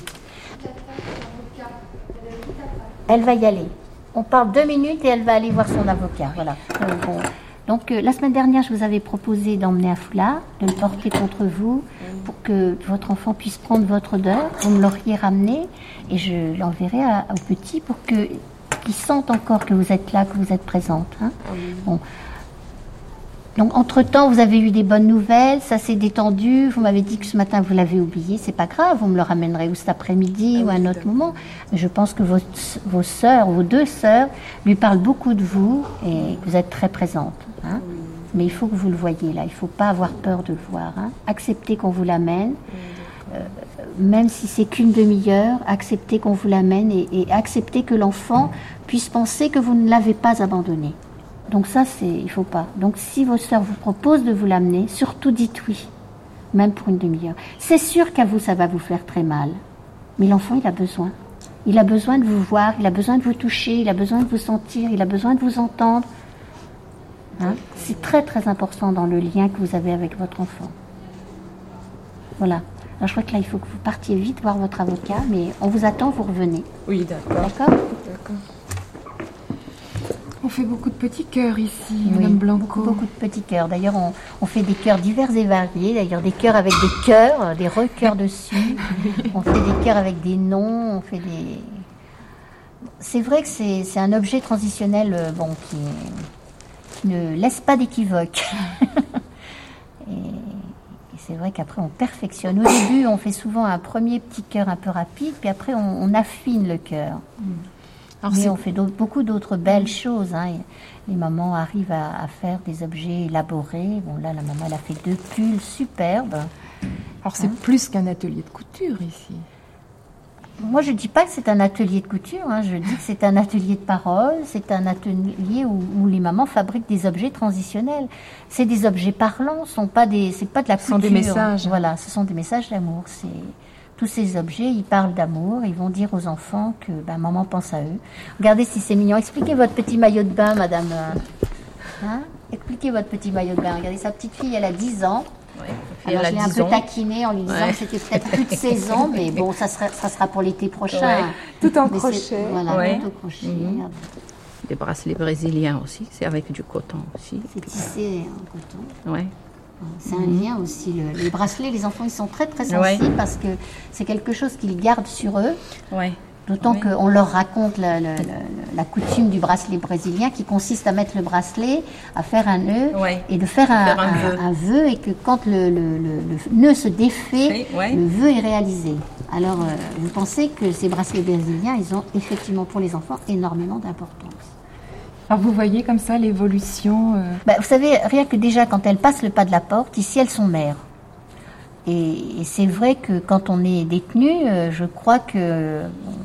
P: Elle va y aller. On parle deux minutes et elle va aller voir son avocat. Voilà. Euh, bon. Donc euh, la semaine dernière, je vous avais proposé d'emmener un foulard, de le porter contre vous pour que votre enfant puisse prendre votre odeur. Vous me l'auriez ramené et je l'enverrai à, au petit pour que qu'ils sentent encore que vous êtes là, que vous êtes présente. Hein. Bon. Donc, entre-temps, vous avez eu des bonnes nouvelles, ça s'est détendu. Vous m'avez dit que ce matin, vous l'avez oublié. C'est pas grave, vous me le ramènerez ou cet après-midi ah, ou à un autre moment. Mais je pense que vos, vos sœurs, vos deux sœurs, lui parlent beaucoup de vous et que vous êtes très présente. Hein. Oui. Mais il faut que vous le voyez là, il ne faut pas avoir peur de le voir. Hein. Acceptez qu'on vous l'amène. Euh, même si c'est qu'une demi-heure, acceptez qu'on vous l'amène et, et acceptez que l'enfant puisse penser que vous ne l'avez pas abandonné. Donc ça, c'est, il ne faut pas. Donc si vos sœurs vous proposent de vous l'amener, surtout dites oui, même pour une demi-heure. C'est sûr qu'à vous, ça va vous faire très mal. Mais l'enfant, il a besoin. Il a besoin de vous voir, il a besoin de vous toucher, il a besoin de vous sentir, il a besoin de vous entendre. Hein? C'est très très important dans le lien que vous avez avec votre enfant. Voilà. Alors je crois que là, il faut que vous partiez vite voir votre avocat, mais on vous attend, vous revenez.
E: Oui, d'accord.
P: D'accord ?
E: D'accord. On fait beaucoup de petits cœurs ici,
P: oui,
E: Madame Blanco.
P: Beaucoup, beaucoup de petits cœurs. D'ailleurs, on, on fait des cœurs divers et variés. D'ailleurs, des cœurs avec des cœurs, des recœurs dessus. On fait des cœurs avec des noms. On fait des. C'est vrai que c'est, c'est un objet transitionnel, euh, bon, qui, est, qui ne laisse pas d'équivoque. et, et c'est vrai qu'après, on perfectionne. Au début, on fait souvent un premier petit cœur un peu rapide, puis après, on, on affine le cœur. Mm. Alors mais c'est... on fait d'autres, beaucoup d'autres belles choses. Hein. Les mamans arrivent à, à faire des objets élaborés. Bon, là, la maman, elle a fait deux pulls superbes.
L: Alors c'est hein plus qu'un atelier de couture ici.
P: Moi, je ne dis pas que c'est un atelier de couture, hein. Je dis que c'est un atelier de parole, c'est un atelier où, où les mamans fabriquent des objets transitionnels. C'est des objets parlants, ce n'est pas, pas de la couture.
L: Ce sont des messages.
P: Voilà, ce sont des messages d'amour. C'est, tous ces objets, ils parlent d'amour, ils vont dire aux enfants que ben, maman pense à eux. Regardez si c'est mignon. Expliquez votre petit maillot de bain, madame. Hein? Expliquez votre petit maillot de bain. Regardez, sa petite fille, elle a dix ans. Ouais, alors, je l'ai un peu taquiné en lui disant ouais. que c'était peut-être plus de saison, mais bon, ça sera, ça sera pour l'été prochain. Ouais.
L: Tout en mais crochet.
P: Voilà,
L: ouais.
P: tout en crochet.
R: Mmh. Les bracelets brésiliens aussi, c'est avec du coton aussi.
P: C'est tissé en coton.
R: Ouais.
P: C'est un mmh. lien aussi. Le, les bracelets, les enfants, ils sont très très sensibles ouais. parce que c'est quelque chose qu'ils gardent sur eux. Ouais. D'autant oui. qu'on leur raconte la, la, la, la coutume du bracelet brésilien qui consiste à mettre le bracelet, à faire un nœud ouais. et de faire, un, faire un, un, vœu. un vœu et que quand le, le, le, le nœud se défait, oui, ouais. le vœu est réalisé. Alors, euh, vous pensez que ces bracelets brésiliens, ils ont effectivement pour les enfants énormément d'importance.
L: Alors vous voyez comme ça l'évolution euh...
P: bah, vous savez, rien que déjà quand elles passent le pas de la porte, ici elles sont mères. Et, et c'est vrai que quand on est détenu, euh, je crois que...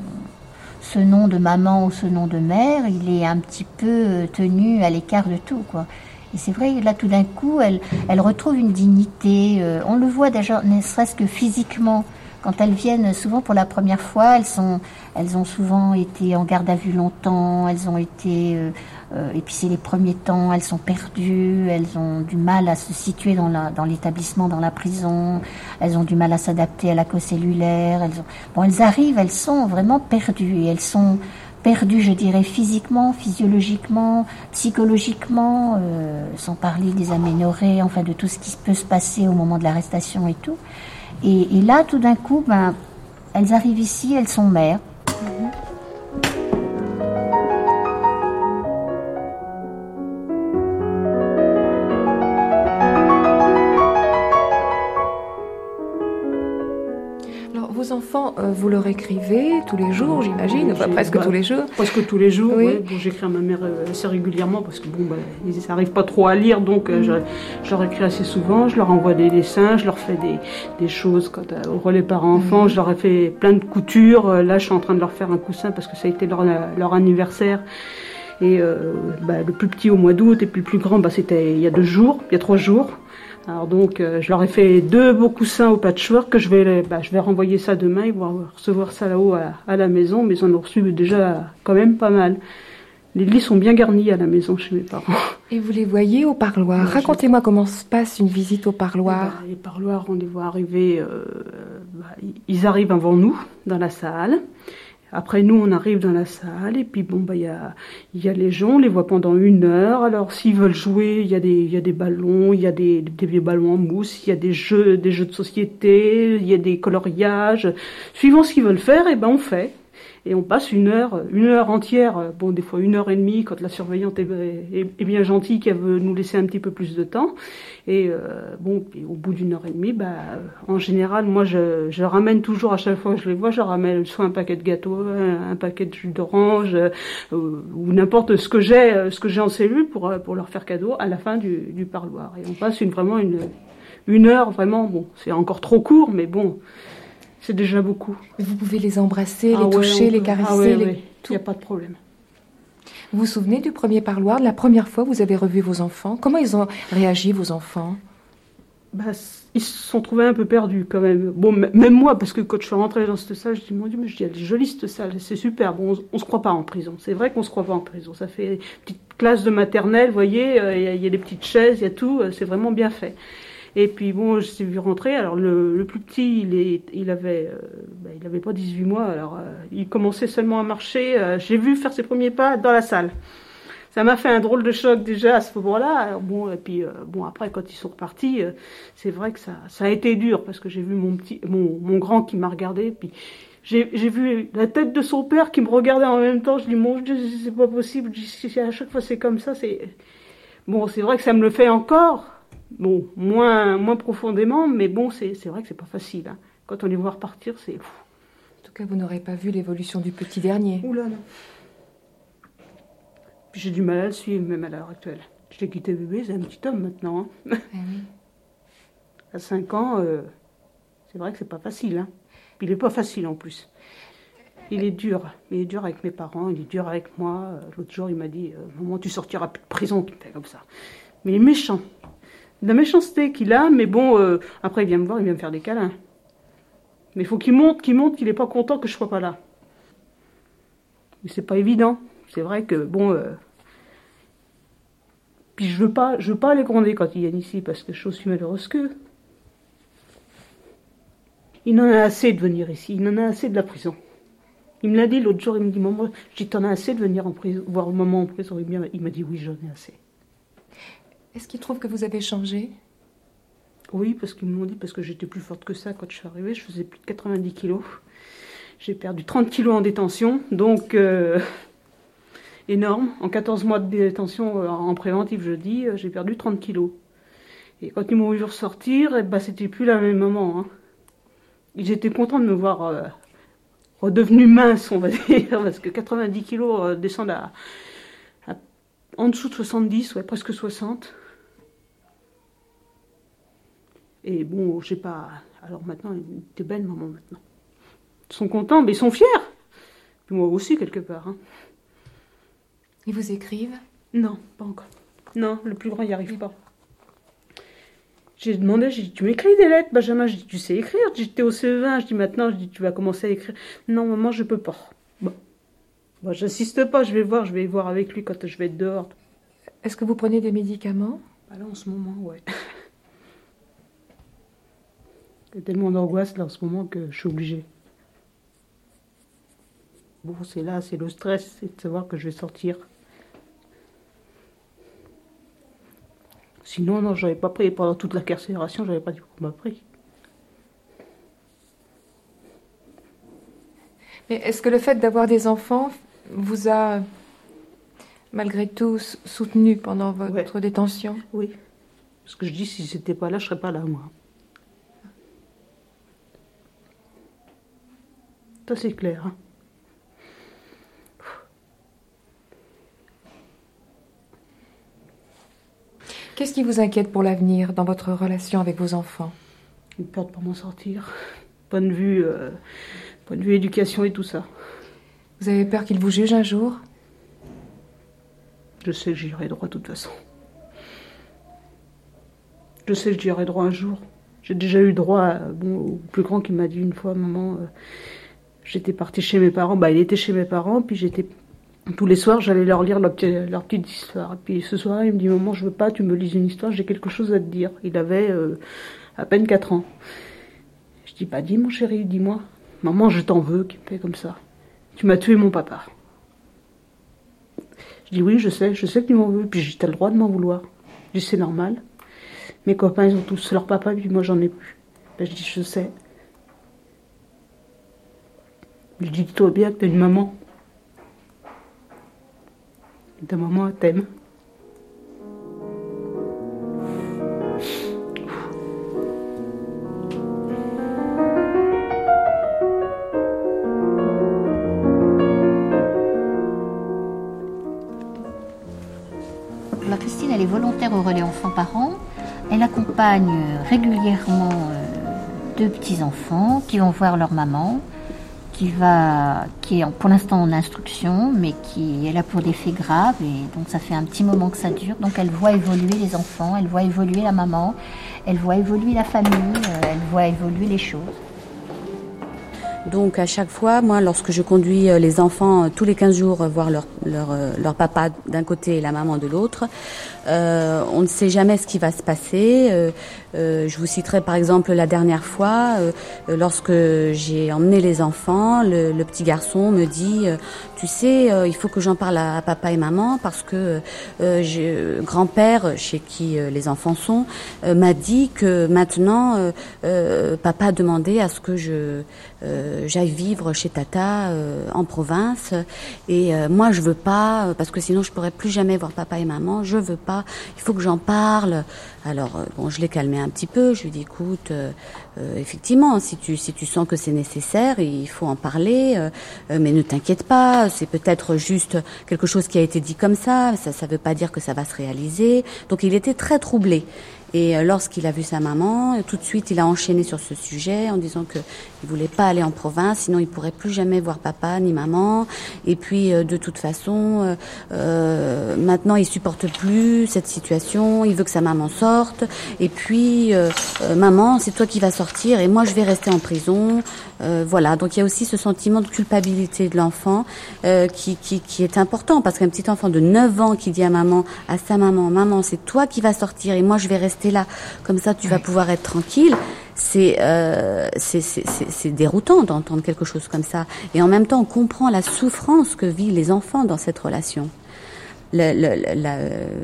P: ce nom de maman ou ce nom de mère, il est un petit peu tenu à l'écart de tout, quoi. Et c'est vrai, là, tout d'un coup, elle, elle retrouve une dignité. Euh, on le voit déjà, ne serait-ce que physiquement. Quand elles viennent souvent pour la première fois, elles, sont, elles ont souvent été en garde à vue longtemps, elles ont été... Euh, euh, et puis c'est les premiers temps, elles sont perdues, elles ont du mal à se situer dans, la, dans l'établissement, dans la prison, elles ont du mal à s'adapter à la co-cellulaire. Elles ont... Bon, elles arrivent, elles sont vraiment perdues, et elles sont perdues, je dirais, physiquement, physiologiquement, psychologiquement, euh, sans parler des aménorrhées, enfin de tout ce qui peut se passer au moment de l'arrestation et tout. Et, et là, tout d'un coup, ben, elles arrivent ici, elles sont mères. Mmh.
L: Vos enfants, euh, vous leur écrivez tous les jours, j'imagine, enfin presque
D: bah,
L: tous les jours.
D: Presque tous les jours, oui. Ouais. Bon, j'écris à ma mère assez régulièrement parce que bon, bah, ils n'arrivent pas trop à lire, donc euh, mmh. je, je leur écris assez souvent. Je leur envoie des dessins, je leur fais des, des choses quand, euh, au relais parents-enfants. Mmh. Je leur ai fait plein de coutures. Là, je suis en train de leur faire un coussin parce que ça a été leur, leur anniversaire. Et euh, bah, le plus petit au mois d'août et puis le plus grand, bah, c'était il y a deux jours, il y a trois jours. Alors donc, euh, je leur ai fait deux beaux coussins au patchwork que je vais, bah, je vais renvoyer ça demain. Ils vont recevoir ça là-haut à, à la maison, mais ils en ont reçu déjà quand même pas mal. Les lits sont bien garnis à la maison chez mes parents.
L: Et vous les voyez au parloir. Ouais, racontez-moi je... comment se passe une visite au parloir.
D: Bah, les parloirs, on les voit arriver, euh, bah, ils arrivent avant nous, dans la salle. Après, nous, on arrive dans la salle, et puis bon, bah, il y a, il y a les gens, on les voit pendant une heure. Alors, s'ils veulent jouer, il y a des, il y a des ballons, il y a des, des, des ballons en mousse, il y a des jeux, des jeux de société, il y a des coloriages. Suivant ce qu'ils veulent faire, et ben, on fait. Et on passe une heure, une heure entière, bon, des fois une heure et demie, quand la surveillante est, est, est bien gentille, qu'elle veut nous laisser un petit peu plus de temps. Et euh, bon, puis au bout d'une heure et demie, bah, en général, moi, je, je ramène toujours, à chaque fois que je les vois, je ramène soit un paquet de gâteaux, un, un paquet de jus d'orange, euh, ou n'importe ce que j'ai, ce que j'ai en cellule pour, pour leur faire cadeau à la fin du, du parloir. Et on passe une, vraiment une, une heure, vraiment, bon, c'est encore trop court, mais bon, c'est déjà beaucoup.
L: Vous pouvez les embrasser, ah les toucher, ouais, les caresser,
D: ah ouais,
L: les...
D: ouais. Il n'y a pas de problème.
L: Vous vous souvenez du premier parloir, de la première fois que vous avez revu vos enfants? Comment ils ont réagi, vos enfants?
D: Bah, ils se sont trouvés un peu perdus quand même. Bon, même moi, parce que quand je suis rentrée dans cette salle, je dis, mon Dieu, mais je dis, elle est jolie cette salle, c'est super. Bon, on ne se croit pas en prison. C'est vrai qu'on ne se croit pas en prison. Ça fait une petite classe de maternelle, vous voyez, il euh, y, y a des petites chaises, il y a tout, euh, c'est vraiment bien fait. Et puis bon, je suis vu rentrer. Alors le, le plus petit, il, est, il avait, euh, bah, il avait pas dix-huit mois. Alors euh, il commençait seulement à marcher. Euh, j'ai vu faire ses premiers pas dans la salle. Ça m'a fait un drôle de choc déjà à ce moment-là. Alors, bon, et puis euh, bon après quand ils sont repartis, euh, c'est vrai que ça, ça a été dur parce que j'ai vu mon petit, mon, mon grand qui m'a regardé. Puis j'ai, j'ai vu la tête de son père qui me regardait en même temps. Je dis mon Dieu, c'est pas possible. Je dis, à chaque fois c'est comme ça. C'est bon, c'est vrai que ça me le fait encore. Bon, moins, moins profondément, mais bon, c'est, c'est vrai que c'est pas facile. Hein. Quand on les voit repartir, c'est fou.
L: En tout cas, vous n'aurez pas vu l'évolution du petit dernier.
D: Ouh là là. Puis j'ai du mal à le suivre, même à l'heure actuelle. Je l'ai quitté bébé, c'est un petit homme maintenant. Hein. Ah oui. À cinq ans, euh, C'est vrai que c'est pas facile, hein. Puis il est pas facile en plus. Il est dur. Il est dur avec mes parents, il est dur avec moi. L'autre jour, il m'a dit euh, « Maman, tu sortiras plus de prison », qui me fait comme ça. Mais il est méchant. De la méchanceté qu'il a, mais bon, euh, après il vient me voir, il vient me faire des câlins. Mais il faut qu'il montre, qu'il montre qu'il est pas content que je sois pas là. Mais c'est pas évident. C'est vrai que, bon... Euh... Puis je veux pas, je veux pas les gronder quand ils viennent ici, parce que je suis aussi malheureuse qu'eux. Il en a assez de venir ici, il en a assez de la prison. Il me l'a dit l'autre jour, il me dit, maman, je dis, t'en as assez de venir en prison, voir maman en prison. Il m'a dit, oui, j'en ai assez.
L: Est-ce qu'il trouve que vous avez changé?
D: Oui, parce qu'ils m'ont dit, parce que j'étais plus forte que ça quand je suis arrivée, je faisais plus de quatre-vingt-dix kilos. J'ai perdu trente kilos en détention, donc euh, énorme. En quatorze mois de détention, euh, en préventive, je dis, euh, j'ai perdu trente kilos. Et quand ils m'ont vu ressortir, eh ben, c'était plus la même maman. Hein. Ils étaient contents de me voir euh, redevenue mince, on va dire, parce que quatre-vingt-dix kilos euh, descendent à, à en dessous de soixante-dix, ouais, presque soixante. Et bon, je sais pas. Alors maintenant, t'es belle, maman, maintenant. Ils sont contents, mais ils sont fiers. Puis moi aussi, quelque part. Hein.
L: Ils vous écrivent?
D: Non, pas encore. Non, le plus grand n'y arrive pas. J'ai demandé, j'ai dit, tu m'écris des lettres, Benjamin? J'ai dit, tu sais écrire? J'étais au C E vingt, je dis, maintenant, je dis, tu vas commencer à écrire. Non, maman, je peux pas. Bon. Bon, j'insiste pas, je vais voir, je vais voir avec lui quand je vais être dehors.
L: Est-ce que vous prenez des médicaments?
D: Bah là, en ce moment, ouais. Il y a tellement d'angoisse, là, en ce moment, que je suis obligée. Bon, c'est là, c'est le stress, c'est de savoir que je vais sortir. Sinon, non, j'avais pas pris. Pendant toute la carcération, j'avais pas du coup pris.
L: Mais est-ce que le fait d'avoir des enfants vous a, malgré tout, soutenu pendant votre ouais. détention?
D: Oui. Parce que je dis, si c'était pas là, je serais pas là, moi. Ça, c'est clair, hein.
L: Qu'est-ce qui vous inquiète pour l'avenir dans votre relation avec vos enfants?
D: Une peur de pas m'en sortir. Point de vue, euh, point de vue éducation et tout ça.
L: Vous avez peur qu'ils vous jugent un jour?
D: Je sais que j'y aurai droit de toute façon. Je sais que j'y aurai droit un jour. J'ai déjà eu droit à, bon, au plus grand qui m'a dit une fois, maman, euh, j'étais partie chez mes parents. Bah, il était chez mes parents, puis j'étais... Tous les soirs, j'allais leur lire leur, petit, leur petite histoire. Et puis ce soir, il me dit, maman, je veux pas, tu me lises une histoire, j'ai quelque chose à te dire. Il avait euh, à peine quatre ans. Je dis, bah dis mon chéri, dis-moi. Maman, je t'en veux, qui me fait comme ça. Tu m'as tué mon papa. Je dis, oui, je sais, je sais que tu m'en veux. Puis j'ai t'as le droit de m'en vouloir. Je dis, c'est normal. Mes copains, ils ont tous leur papa, puis moi, j'en ai plus. Ben, je dis, je sais. Je dis, dis-toi bien que t'as une maman. Ta maman, elle t'aime.
P: Alors Christine, elle est volontaire au relais enfants-parents. Elle accompagne régulièrement deux petits-enfants qui vont voir leur maman, qui va, qui est pour l'instant en instruction, mais qui est là pour des faits graves, et donc ça fait un petit moment que ça dure. Donc elle voit évoluer les enfants, elle voit évoluer la maman, elle voit évoluer la famille, elle voit évoluer les choses.
S: Donc à chaque fois, moi, lorsque je conduis les enfants tous les quinze jours voir leur, leur, leur papa d'un côté et la maman de l'autre, euh, on ne sait jamais ce qui va se passer. Euh, euh, je vous citerai par exemple la dernière fois, euh, lorsque j'ai emmené les enfants, le, le petit garçon me dit euh, « Tu sais, euh, il faut que j'en parle à, à papa et maman parce que euh, j'ai, grand-père, chez qui euh, les enfants sont, euh, m'a dit que maintenant, euh, euh, papa a demandé à ce que je... Euh, j'aille vivre chez Tata euh, en province et euh, moi je veux pas parce que sinon je pourrais plus jamais voir papa et maman, je veux pas, il faut que j'en parle. Alors euh, bon, je l'ai calmé un petit peu, je lui ai dit écoute euh, euh, effectivement si tu si tu sens que c'est nécessaire, il faut en parler euh, euh, mais ne t'inquiète pas, c'est peut-être juste quelque chose qui a été dit comme ça, ça ça veut pas dire que ça va se réaliser. Donc il était très troublé. Et lorsqu'il a vu sa maman, tout de suite, il a enchaîné sur ce sujet en disant que il voulait pas aller en province, sinon il pourrait plus jamais voir papa ni maman. Et puis, de toute façon, euh, maintenant, il supporte plus cette situation. Il veut que sa maman sorte. Et puis, euh, euh, maman, c'est toi qui vas sortir et moi, je vais rester en prison. Euh, voilà. Donc, il y a aussi ce sentiment de culpabilité de l'enfant euh, qui, qui, qui est important parce qu'un petit enfant de neuf ans qui dit à maman, à sa maman, maman, c'est toi qui vas sortir et moi, je vais rester là. Comme ça, tu vas pouvoir être tranquille. C'est, euh, c'est, c'est, c'est, c'est déroutant d'entendre quelque chose comme ça. Et en même temps, on comprend la souffrance que vivent les enfants dans cette relation. Le, le, la,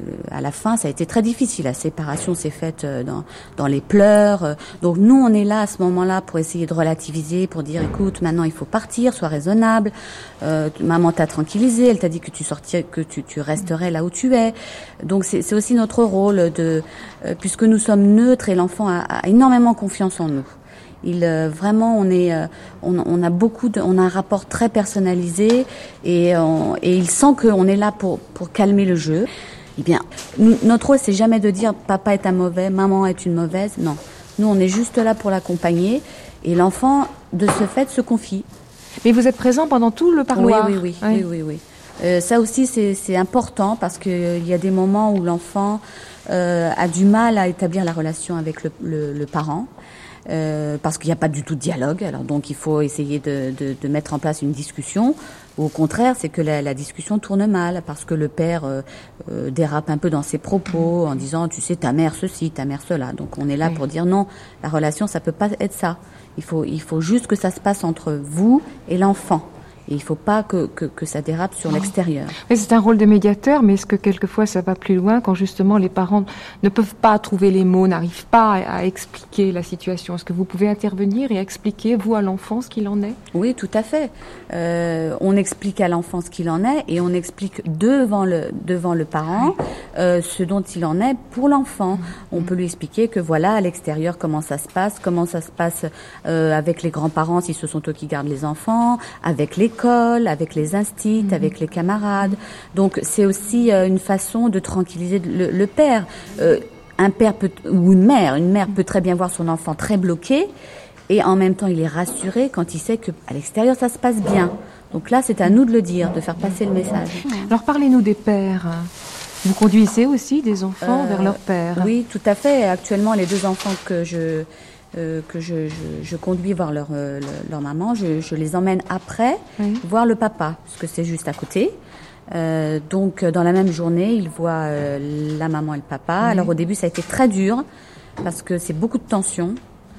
S: à la fin, ça a été très difficile. La séparation s'est faite dans, dans les pleurs. Donc nous, on est là à ce moment-là pour essayer de relativiser, pour dire, écoute, maintenant il faut partir, sois raisonnable. Euh, maman t'a tranquillisé, elle t'a dit que tu sortirais, que tu, tu resterais là où tu es. Donc c'est, c'est aussi notre rôle de, euh, puisque nous sommes neutres et l'enfant a, a énormément confiance en nous. Il euh, vraiment, on est, euh, on, on a beaucoup, de, on a un rapport très personnalisé et, on, et il sent qu'on est là pour pour calmer le jeu. Eh bien, nous, notre rôle, c'est jamais de dire papa est un mauvais, maman est une mauvaise. Non, nous, on est juste là pour l'accompagner et l'enfant, de ce fait, se confie.
L: Mais vous êtes présent pendant tout le parloir.
S: Oui, oui, oui, oui, oui, oui. oui. Euh, ça aussi, c'est, c'est important parce que euh, il y a des moments où l'enfant euh, a du mal à établir la relation avec le, le, le parent. Euh, parce qu'il n'y a pas du tout de dialogue. Alors donc il faut essayer de, de, de mettre en place une discussion. Au contraire, c'est que la, la discussion tourne mal parce que le père euh, euh, dérape un peu dans ses propos en disant tu sais ta mère ceci, ta mère cela. Donc on est là oui. pour dire non, la relation ça peut pas être ça. Il faut il faut juste que ça se passe entre vous et l'enfant. Et il ne faut pas que, que, que ça dérape sur l'extérieur.
L: Mais c'est un rôle de médiateur, mais est-ce que quelquefois ça va plus loin quand justement les parents ne peuvent pas trouver les mots, n'arrivent pas à, à expliquer la situation? Est-ce que vous pouvez intervenir et expliquer, vous, à l'enfant, ce qu'il en est?
S: Oui, tout à fait. Euh, on explique à l'enfant ce qu'il en est et on explique devant le, devant le parent euh, ce dont il en est pour l'enfant. On peut lui expliquer que voilà, à l'extérieur, comment ça se passe, comment ça se passe euh, avec les grands-parents, si ce sont eux qui gardent les enfants, avec les avec les instits, mmh. avec les camarades. Donc c'est aussi euh, une façon de tranquilliser le, le père. Euh, un père peut, ou une mère, une mère peut très bien voir son enfant très bloqué et en même temps il est rassuré quand il sait que à l'extérieur ça se passe bien. Donc là c'est à nous de le dire, de faire passer le message.
L: Alors parlez-nous des pères. Vous conduisez aussi des enfants euh, vers leur père?
S: Oui, tout à fait. Actuellement les deux enfants que je Euh, que je, je, je conduis voir leur, euh, leur maman, je, je les emmène après oui. voir le papa, parce que c'est juste à côté. Euh, donc dans la même journée, ils voient euh, la maman et le papa. Oui. Alors au début, ça a été très dur, parce que c'est beaucoup de tension.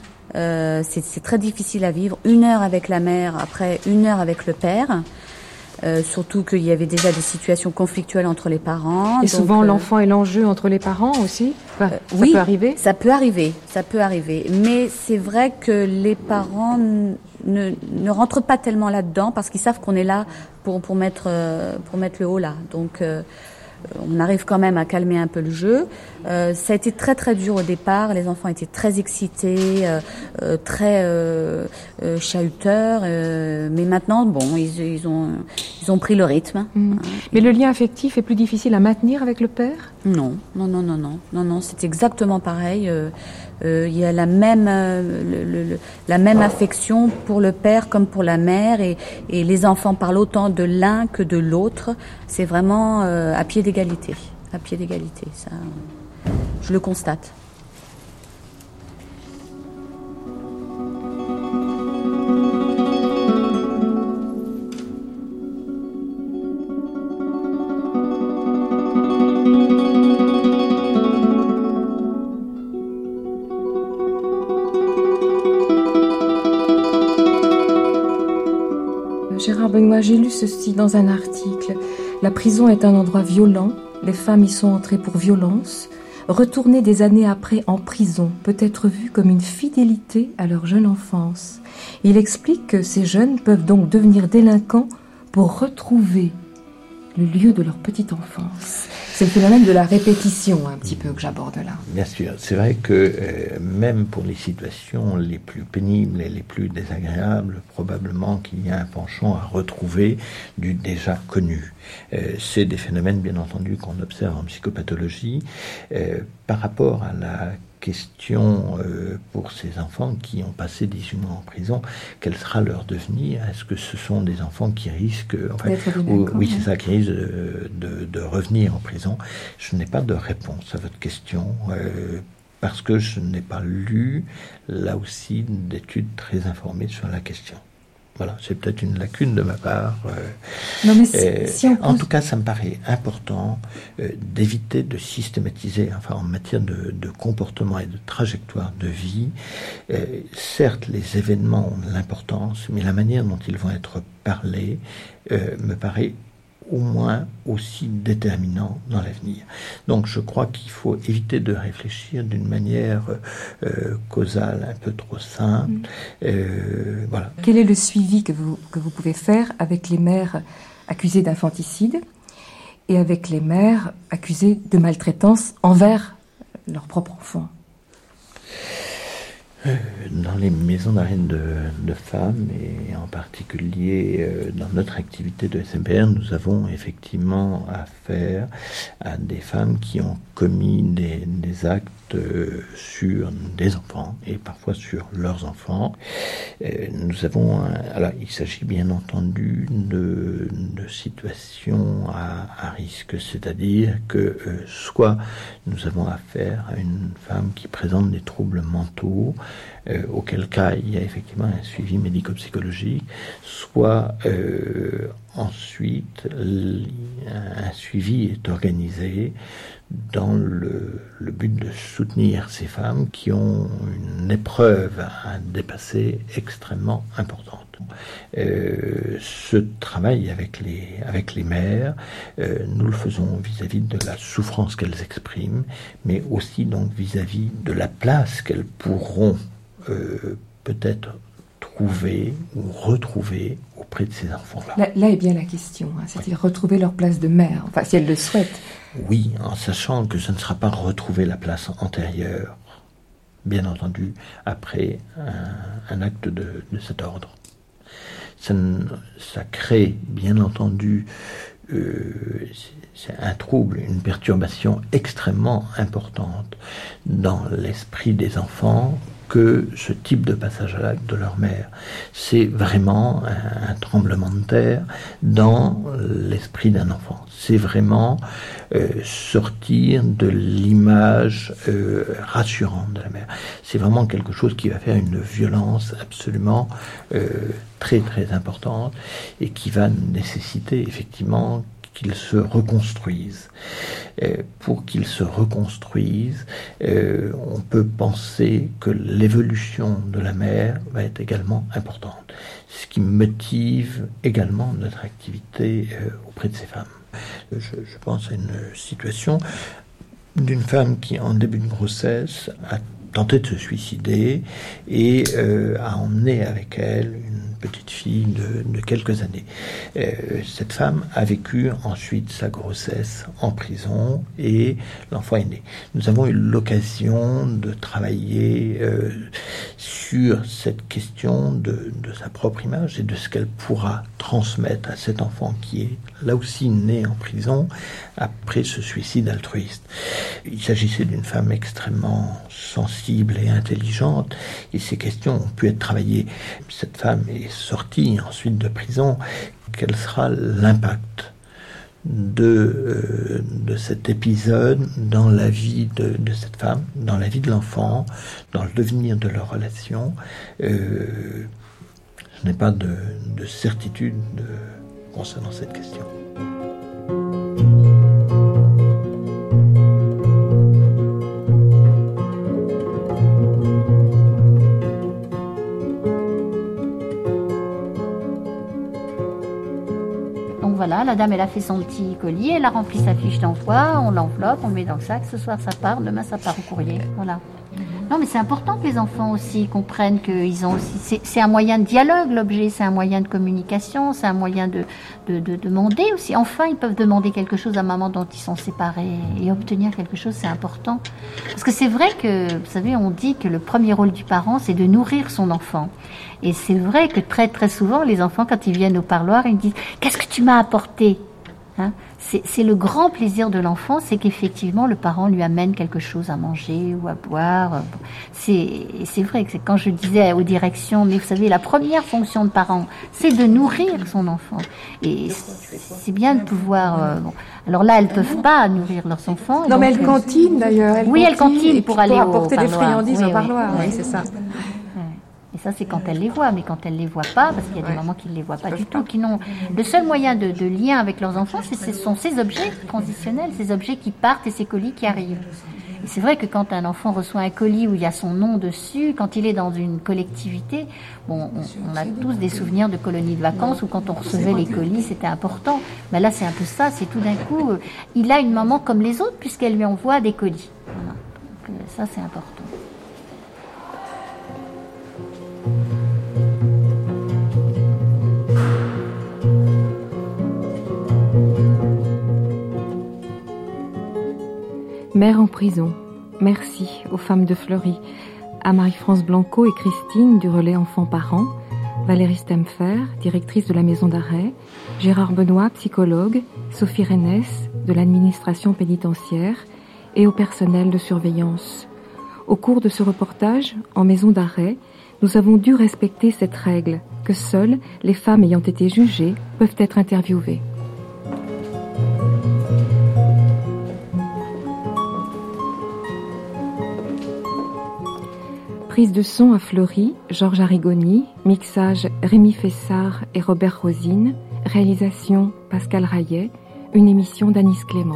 S: Euh, c'est, c'est très difficile à vivre. Une heure avec la mère, après une heure avec le père. Euh, surtout qu'il y avait déjà des situations conflictuelles entre les parents.
L: Et
S: donc,
L: souvent
S: euh,
L: l'enfant est l'enjeu entre les parents aussi. Enfin, euh, ça
S: oui,
L: peut arriver.
S: Ça peut arriver, ça peut arriver. Mais c'est vrai que les parents n- ne, ne rentrent pas tellement là-dedans parce qu'ils savent qu'on est là pour pour mettre euh, pour mettre le haut là. Donc euh, on arrive quand même à calmer un peu le jeu. Euh, ça a été très très dur au départ. Les enfants étaient très excités, euh, euh, très euh, euh, chahuteurs. Euh, mais maintenant, bon, ils, ils ont ils ont pris le rythme.
L: Mmh. Hein, mais et... le lien affectif est plus difficile à maintenir avec le père?
S: Non, non, non, non, non, non, non. C'est exactement pareil. Euh, euh, il y a la même euh, le, le, le, la même affection pour le père comme pour la mère, et, et les enfants parlent autant de l'un que de l'autre. C'est vraiment euh, à pied d'égalité, à pied d'égalité. Ça, je le constate.
E: Gérard Benoît, j'ai lu ceci dans un article. La prison est un endroit violent, les femmes y sont entrées pour violence. Retourner des années après en prison peut être vu comme une fidélité à leur jeune enfance. Il explique que ces jeunes peuvent donc devenir délinquants pour retrouver le lieu de leur petite enfance.
L: C'est le phénomène de la répétition, un petit peu, que j'aborde là.
O: Bien sûr, c'est vrai que euh, même pour les situations les plus pénibles et les plus désagréables, probablement qu'il y a un penchant à retrouver du déjà connu. Euh, c'est des phénomènes, bien entendu, qu'on observe en psychopathologie. Euh, par rapport à la question euh, pour ces enfants qui ont passé dix-huit mois en prison, quel sera leur devenir? Est-ce que ce sont des enfants qui risquent, enfin, ou, oui, c'est ça, qui risquent de, de, de revenir en prison? Je n'ai pas de réponse à votre question euh, parce que je n'ai pas lu, là aussi, d'études très informées sur la question. Voilà, c'est peut-être une lacune de ma part. Euh,
L: non, mais si,
O: euh,
L: si on
O: en
L: pose...
O: tout cas, ça me paraît important euh, d'éviter de systématiser, enfin en matière de, de comportement et de trajectoire de vie. Euh, certes, les événements ont de l'importance, mais la manière dont ils vont être parlés euh, me paraît au moins aussi déterminant dans l'avenir. Donc je crois qu'il faut éviter de réfléchir d'une manière euh, causale un peu trop simple. Mmh. Euh, voilà.
L: Quel est le suivi que vous, que vous pouvez faire avec les mères accusées d'infanticide et avec les mères accusées de maltraitance envers leurs propres enfants ?
O: Dans les maisons d'arrêt de, de femmes, et en particulier euh, dans notre activité de S M P R, nous avons effectivement affaire à des femmes qui ont commis des, des actes euh, sur des enfants et parfois sur leurs enfants. Euh, nous avons, un, alors il s'agit bien entendu de, de situations à, à risque, c'est-à-dire que euh, soit nous avons affaire à une femme qui présente des troubles mentaux, Euh, auquel cas il y a effectivement un suivi médico-psychologique, soit euh, ensuite un suivi est organisé dans le, le but de soutenir ces femmes qui ont une épreuve à dépasser extrêmement importante. Euh, ce travail avec les, avec les mères, euh, nous le faisons vis-à-vis de la souffrance qu'elles expriment, mais aussi donc vis-à-vis de la place qu'elles pourront Euh, peut-être trouver ou retrouver auprès de ces enfants-là.
L: Là, là est bien la question, hein, c'est-à-dire oui. retrouver leur place de mère, enfin si elles le souhaitent.
O: Oui, en sachant que ce ne sera pas retrouver la place antérieure, bien entendu, après un, un acte de, de cet ordre. Ça, ça crée, bien entendu, euh, c'est un trouble, une perturbation extrêmement importante dans l'esprit des enfants que ce type de passage à l'acte de leur mère. C'est vraiment un, un tremblement de terre dans l'esprit d'un enfant. C'est vraiment euh, sortir de l'image euh, rassurante de la mère. C'est vraiment quelque chose qui va faire une violence absolument euh, très très importante et qui va nécessiter effectivement qu'ils se reconstruisent. Euh, pour qu'ils se reconstruisent, euh, on peut penser que l'évolution de la mère va être également importante, ce qui motive également notre activité euh, auprès de ces femmes. Je, je pense à une situation d'une femme qui, en début de grossesse, a tenté de se suicider et euh, a emmené avec elle une petite fille de, de quelques années. Euh, cette femme a vécu ensuite sa grossesse en prison et l'enfant est né. Nous avons eu l'occasion de travailler euh, sur cette question de, de sa propre image et de ce qu'elle pourra transmettre à cet enfant qui est là aussi né en prison après ce suicide altruiste. Il s'agissait d'une femme extrêmement sensible et intelligente et ces questions ont pu être travaillées. Cette femme est sortie ensuite de prison. Quel sera l'impact de, euh, de cet épisode dans la vie de, de cette femme, dans la vie de l'enfant, dans le devenir de leur relation? euh, Je n'ai pas de, de certitude de, concernant cette question.
P: Voilà, la dame, elle a fait son petit colis, elle a rempli sa fiche d'emploi, on l'enveloppe, on le met dans le sac, ce soir ça part, demain ça part au courrier. Voilà. Non, mais c'est important que les enfants aussi comprennent qu'ils ont aussi... C'est, c'est un moyen de dialogue, l'objet, c'est un moyen de communication, c'est un moyen de, de, de demander aussi. Enfin, ils peuvent demander quelque chose à maman dont ils sont séparés et obtenir quelque chose, c'est important. Parce que c'est vrai que, vous savez, on dit que le premier rôle du parent, c'est de nourrir son enfant. Et c'est vrai que très très souvent, les enfants, quand ils viennent au parloir, ils disent « Qu'est-ce que tu m'as apporté ?» Hein, c'est, c'est le grand plaisir de l'enfant, c'est qu'effectivement le parent lui amène quelque chose à manger ou à boire. C'est, c'est vrai que c'est quand je disais aux directions, mais vous savez, la première fonction de parent, c'est de nourrir son enfant. Et c'est bien de pouvoir... Euh, bon. Alors là, elles ne peuvent pas nourrir leurs enfants.
L: Non, mais elles cantinent d'ailleurs. Elles
P: oui, elles cantinent pour aller
L: pour
P: au
L: apporter
P: parloir.
L: des friandises
P: oui,
L: au
P: oui,
L: parloir.
P: Oui,
L: oui, c'est ça.
P: Et ça, c'est quand elles les voient, mais quand elles les voient pas, parce qu'il y a des ouais. mamans qui ne les voient pas du tout, qui n'ont... Le seul moyen de, de lien avec leurs enfants, c'est, ce sont ces objets transitionnels, ces objets qui partent et ces colis qui arrivent. Et c'est vrai que quand un enfant reçoit un colis où il y a son nom dessus, quand il est dans une collectivité, bon, on, on a tous des souvenirs de colonies de vacances où quand on recevait les colis, c'était important. Mais là, c'est un peu ça, c'est tout d'un coup, euh, il a une maman comme les autres puisqu'elle lui envoie des colis. Voilà. Donc, euh, ça, c'est important.
E: Mère en prison, merci aux femmes de Fleury, à Marie-France Blanco et Christine du relais enfants-parents, Valérie Stemfer, directrice de la maison d'arrêt, Gérard Benoît, psychologue, Sophie Rennes de l'administration pénitentiaire et au personnel de surveillance. Au cours de ce reportage, en maison d'arrêt, nous avons dû respecter cette règle que seules les femmes ayant été jugées peuvent être interviewées. Prise de son à Fleury, Georges Arrigoni, mixage Rémi Fessard et Robert Rosine, réalisation Pascal Raillet, une émission d'Anis Clément.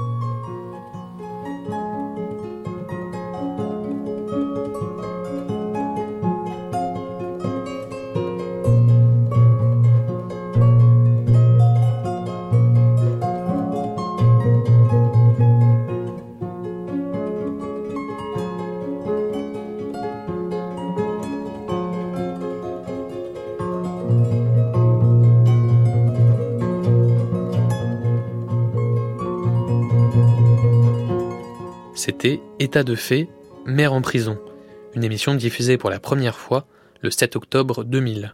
C: C'était État de fait, mère en prison, une émission diffusée pour la première fois le sept octobre deux mille.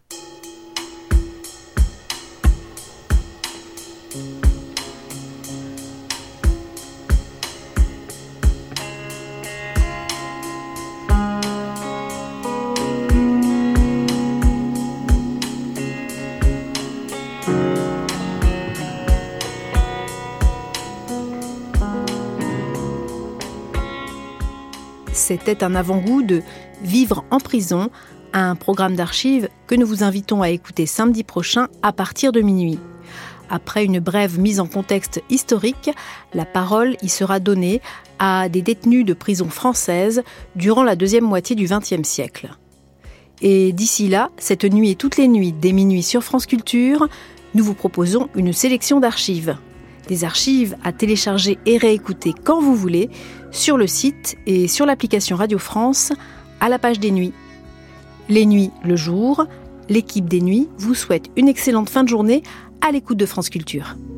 A: C'était un avant-goût de Vivre en prison, un programme d'archives que nous vous invitons à écouter samedi prochain à partir de minuit. Après une brève mise en contexte historique, la parole y sera donnée à des détenus de prison françaises durant la deuxième moitié du vingtième siècle. Et d'ici là, cette nuit et toutes les nuits, dès minuit sur France Culture, nous vous proposons une sélection d'archives. Des archives à télécharger et réécouter quand vous voulez, sur le site et sur l'application Radio France, à la page des nuits. Les nuits le jour, l'équipe des nuits vous souhaite une excellente fin de journée à l'écoute de France Culture.